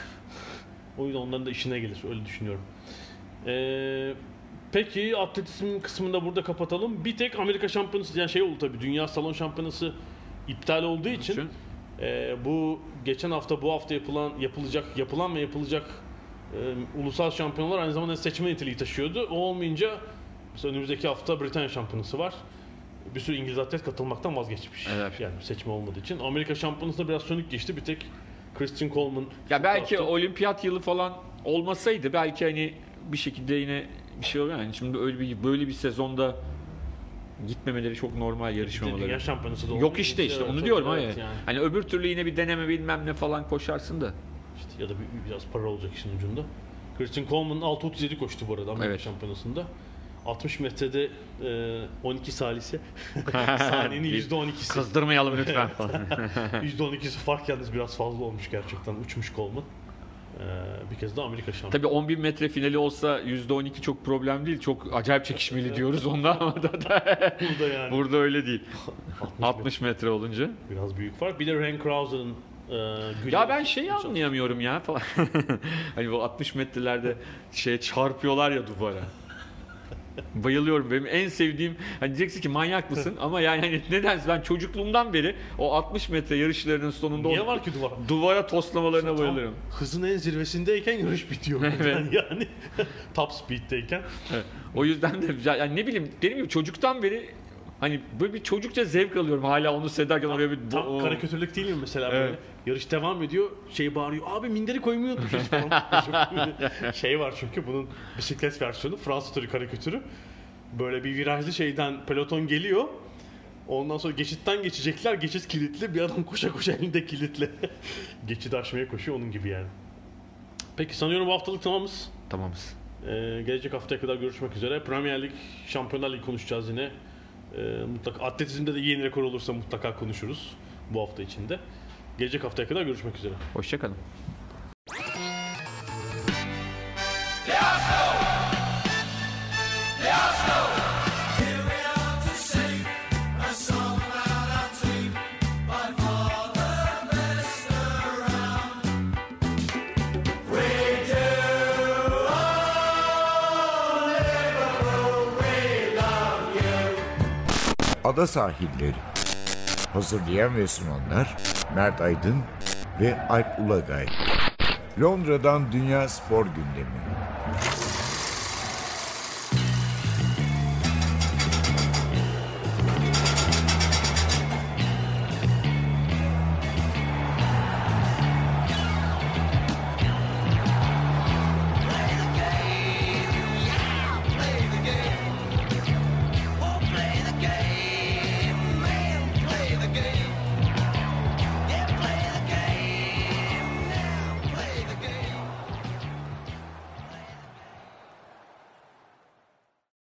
O yüzden onların da işine gelir, öyle düşünüyorum. Peki atletizm kısmında burada kapatalım. Bir tek Amerika Şampiyonası yani oldu tabii, Dünya Salon Şampiyonası iptal olduğu için bu geçen hafta, bu hafta yapılan ve yapılacak ulusal şampiyonlar aynı zamanda seçme niteliği taşıyordu. O olmayınca mesela önümüzdeki hafta Britanya Şampiyonası var. Bir sürü İngiliz atlet katılmaktan vazgeçmiş. Evet. Yani seçme olmadığı için. Amerika Şampiyonası'nda biraz sönük geçti. Bir tek Christian Coleman. Ya belki olimpiyat yılı falan olmasaydı belki hani bir şekilde yine bir şey olur yani. Şimdi böyle bir sezonda gitmemeleri çok normal, yarışmamaları. Dünya Şampiyonası da oldu. Yok işte onu diyorum evet, yani. Hani öbür türlü yine bir deneme bilmem ne falan koşarsın da. İşte ya da biraz para olacak işin ucunda. Christian Coleman 6.37 koştu bu arada Amerika Şampiyonası'nda. 60 metrede 12 salise. Saniyenin %12'si. Kızdırmayalım lütfen. %12'si fark yalnız biraz fazla olmuş gerçekten. Uçmuş Coleman. Bir kez de Amerika şampiyonu. Tabii 10.000 metre finali olsa %12 çok problem değil. Çok acayip çekişmeli diyoruz onda ama burada öyle değil. 60 metre olunca. Biraz büyük fark. Bir de Ren Krauser'ın ya ben anlayamıyorum ya falan. Hani bu 60 metrelerde çarpıyorlar ya duvara. Bayılıyorum. Benim en sevdiğim, hani diyeceksin ki manyak mısın ama yani hani nedense ben çocukluğumdan beri o 60 metre yarışlarının sonunda niye var ki duvara toslamalarına bayılıyorum. Hızın en zirvesindeyken yarış bitiyor. Evet. Yani top speed'teyken. Evet. O yüzden de yani ne bileyim, dediğim gibi çocuktan beri Hani böyle bir çocukça zevk alıyorum hala onu seyrederken oraya bir... Tam karikatürlük değil mi mesela böyle? Evet. Yarış devam ediyor, şey bağırıyor, abi minderi koymayı unutmuşuz falan. Şey var çünkü bunun bisiklet versiyonu, Fransız turu karikatürü. Böyle bir virajlı şeyden peloton geliyor. Ondan sonra geçitten geçecekler, geçit kilitli, bir adam koşa koşa elinde kilitli. Geçidi aşmaya koşuyor, onun gibi yani. Peki sanıyorum bu haftalık tamamız. Tamamız. Gelecek haftaya kadar görüşmek üzere. Premier Lig, Şampiyonlar Ligi konuşacağız yine. Mutlaka atletizmde de yeni rekor olursa mutlaka konuşuruz bu hafta içinde. Gelecek haftaya kadar görüşmek üzere. Hoşçakalın. Ada Sahilleri. Hazırlayan ve sunanlar Mert Aydın ve Alp Ulagay. Londra'dan Dünya Spor Gündemi.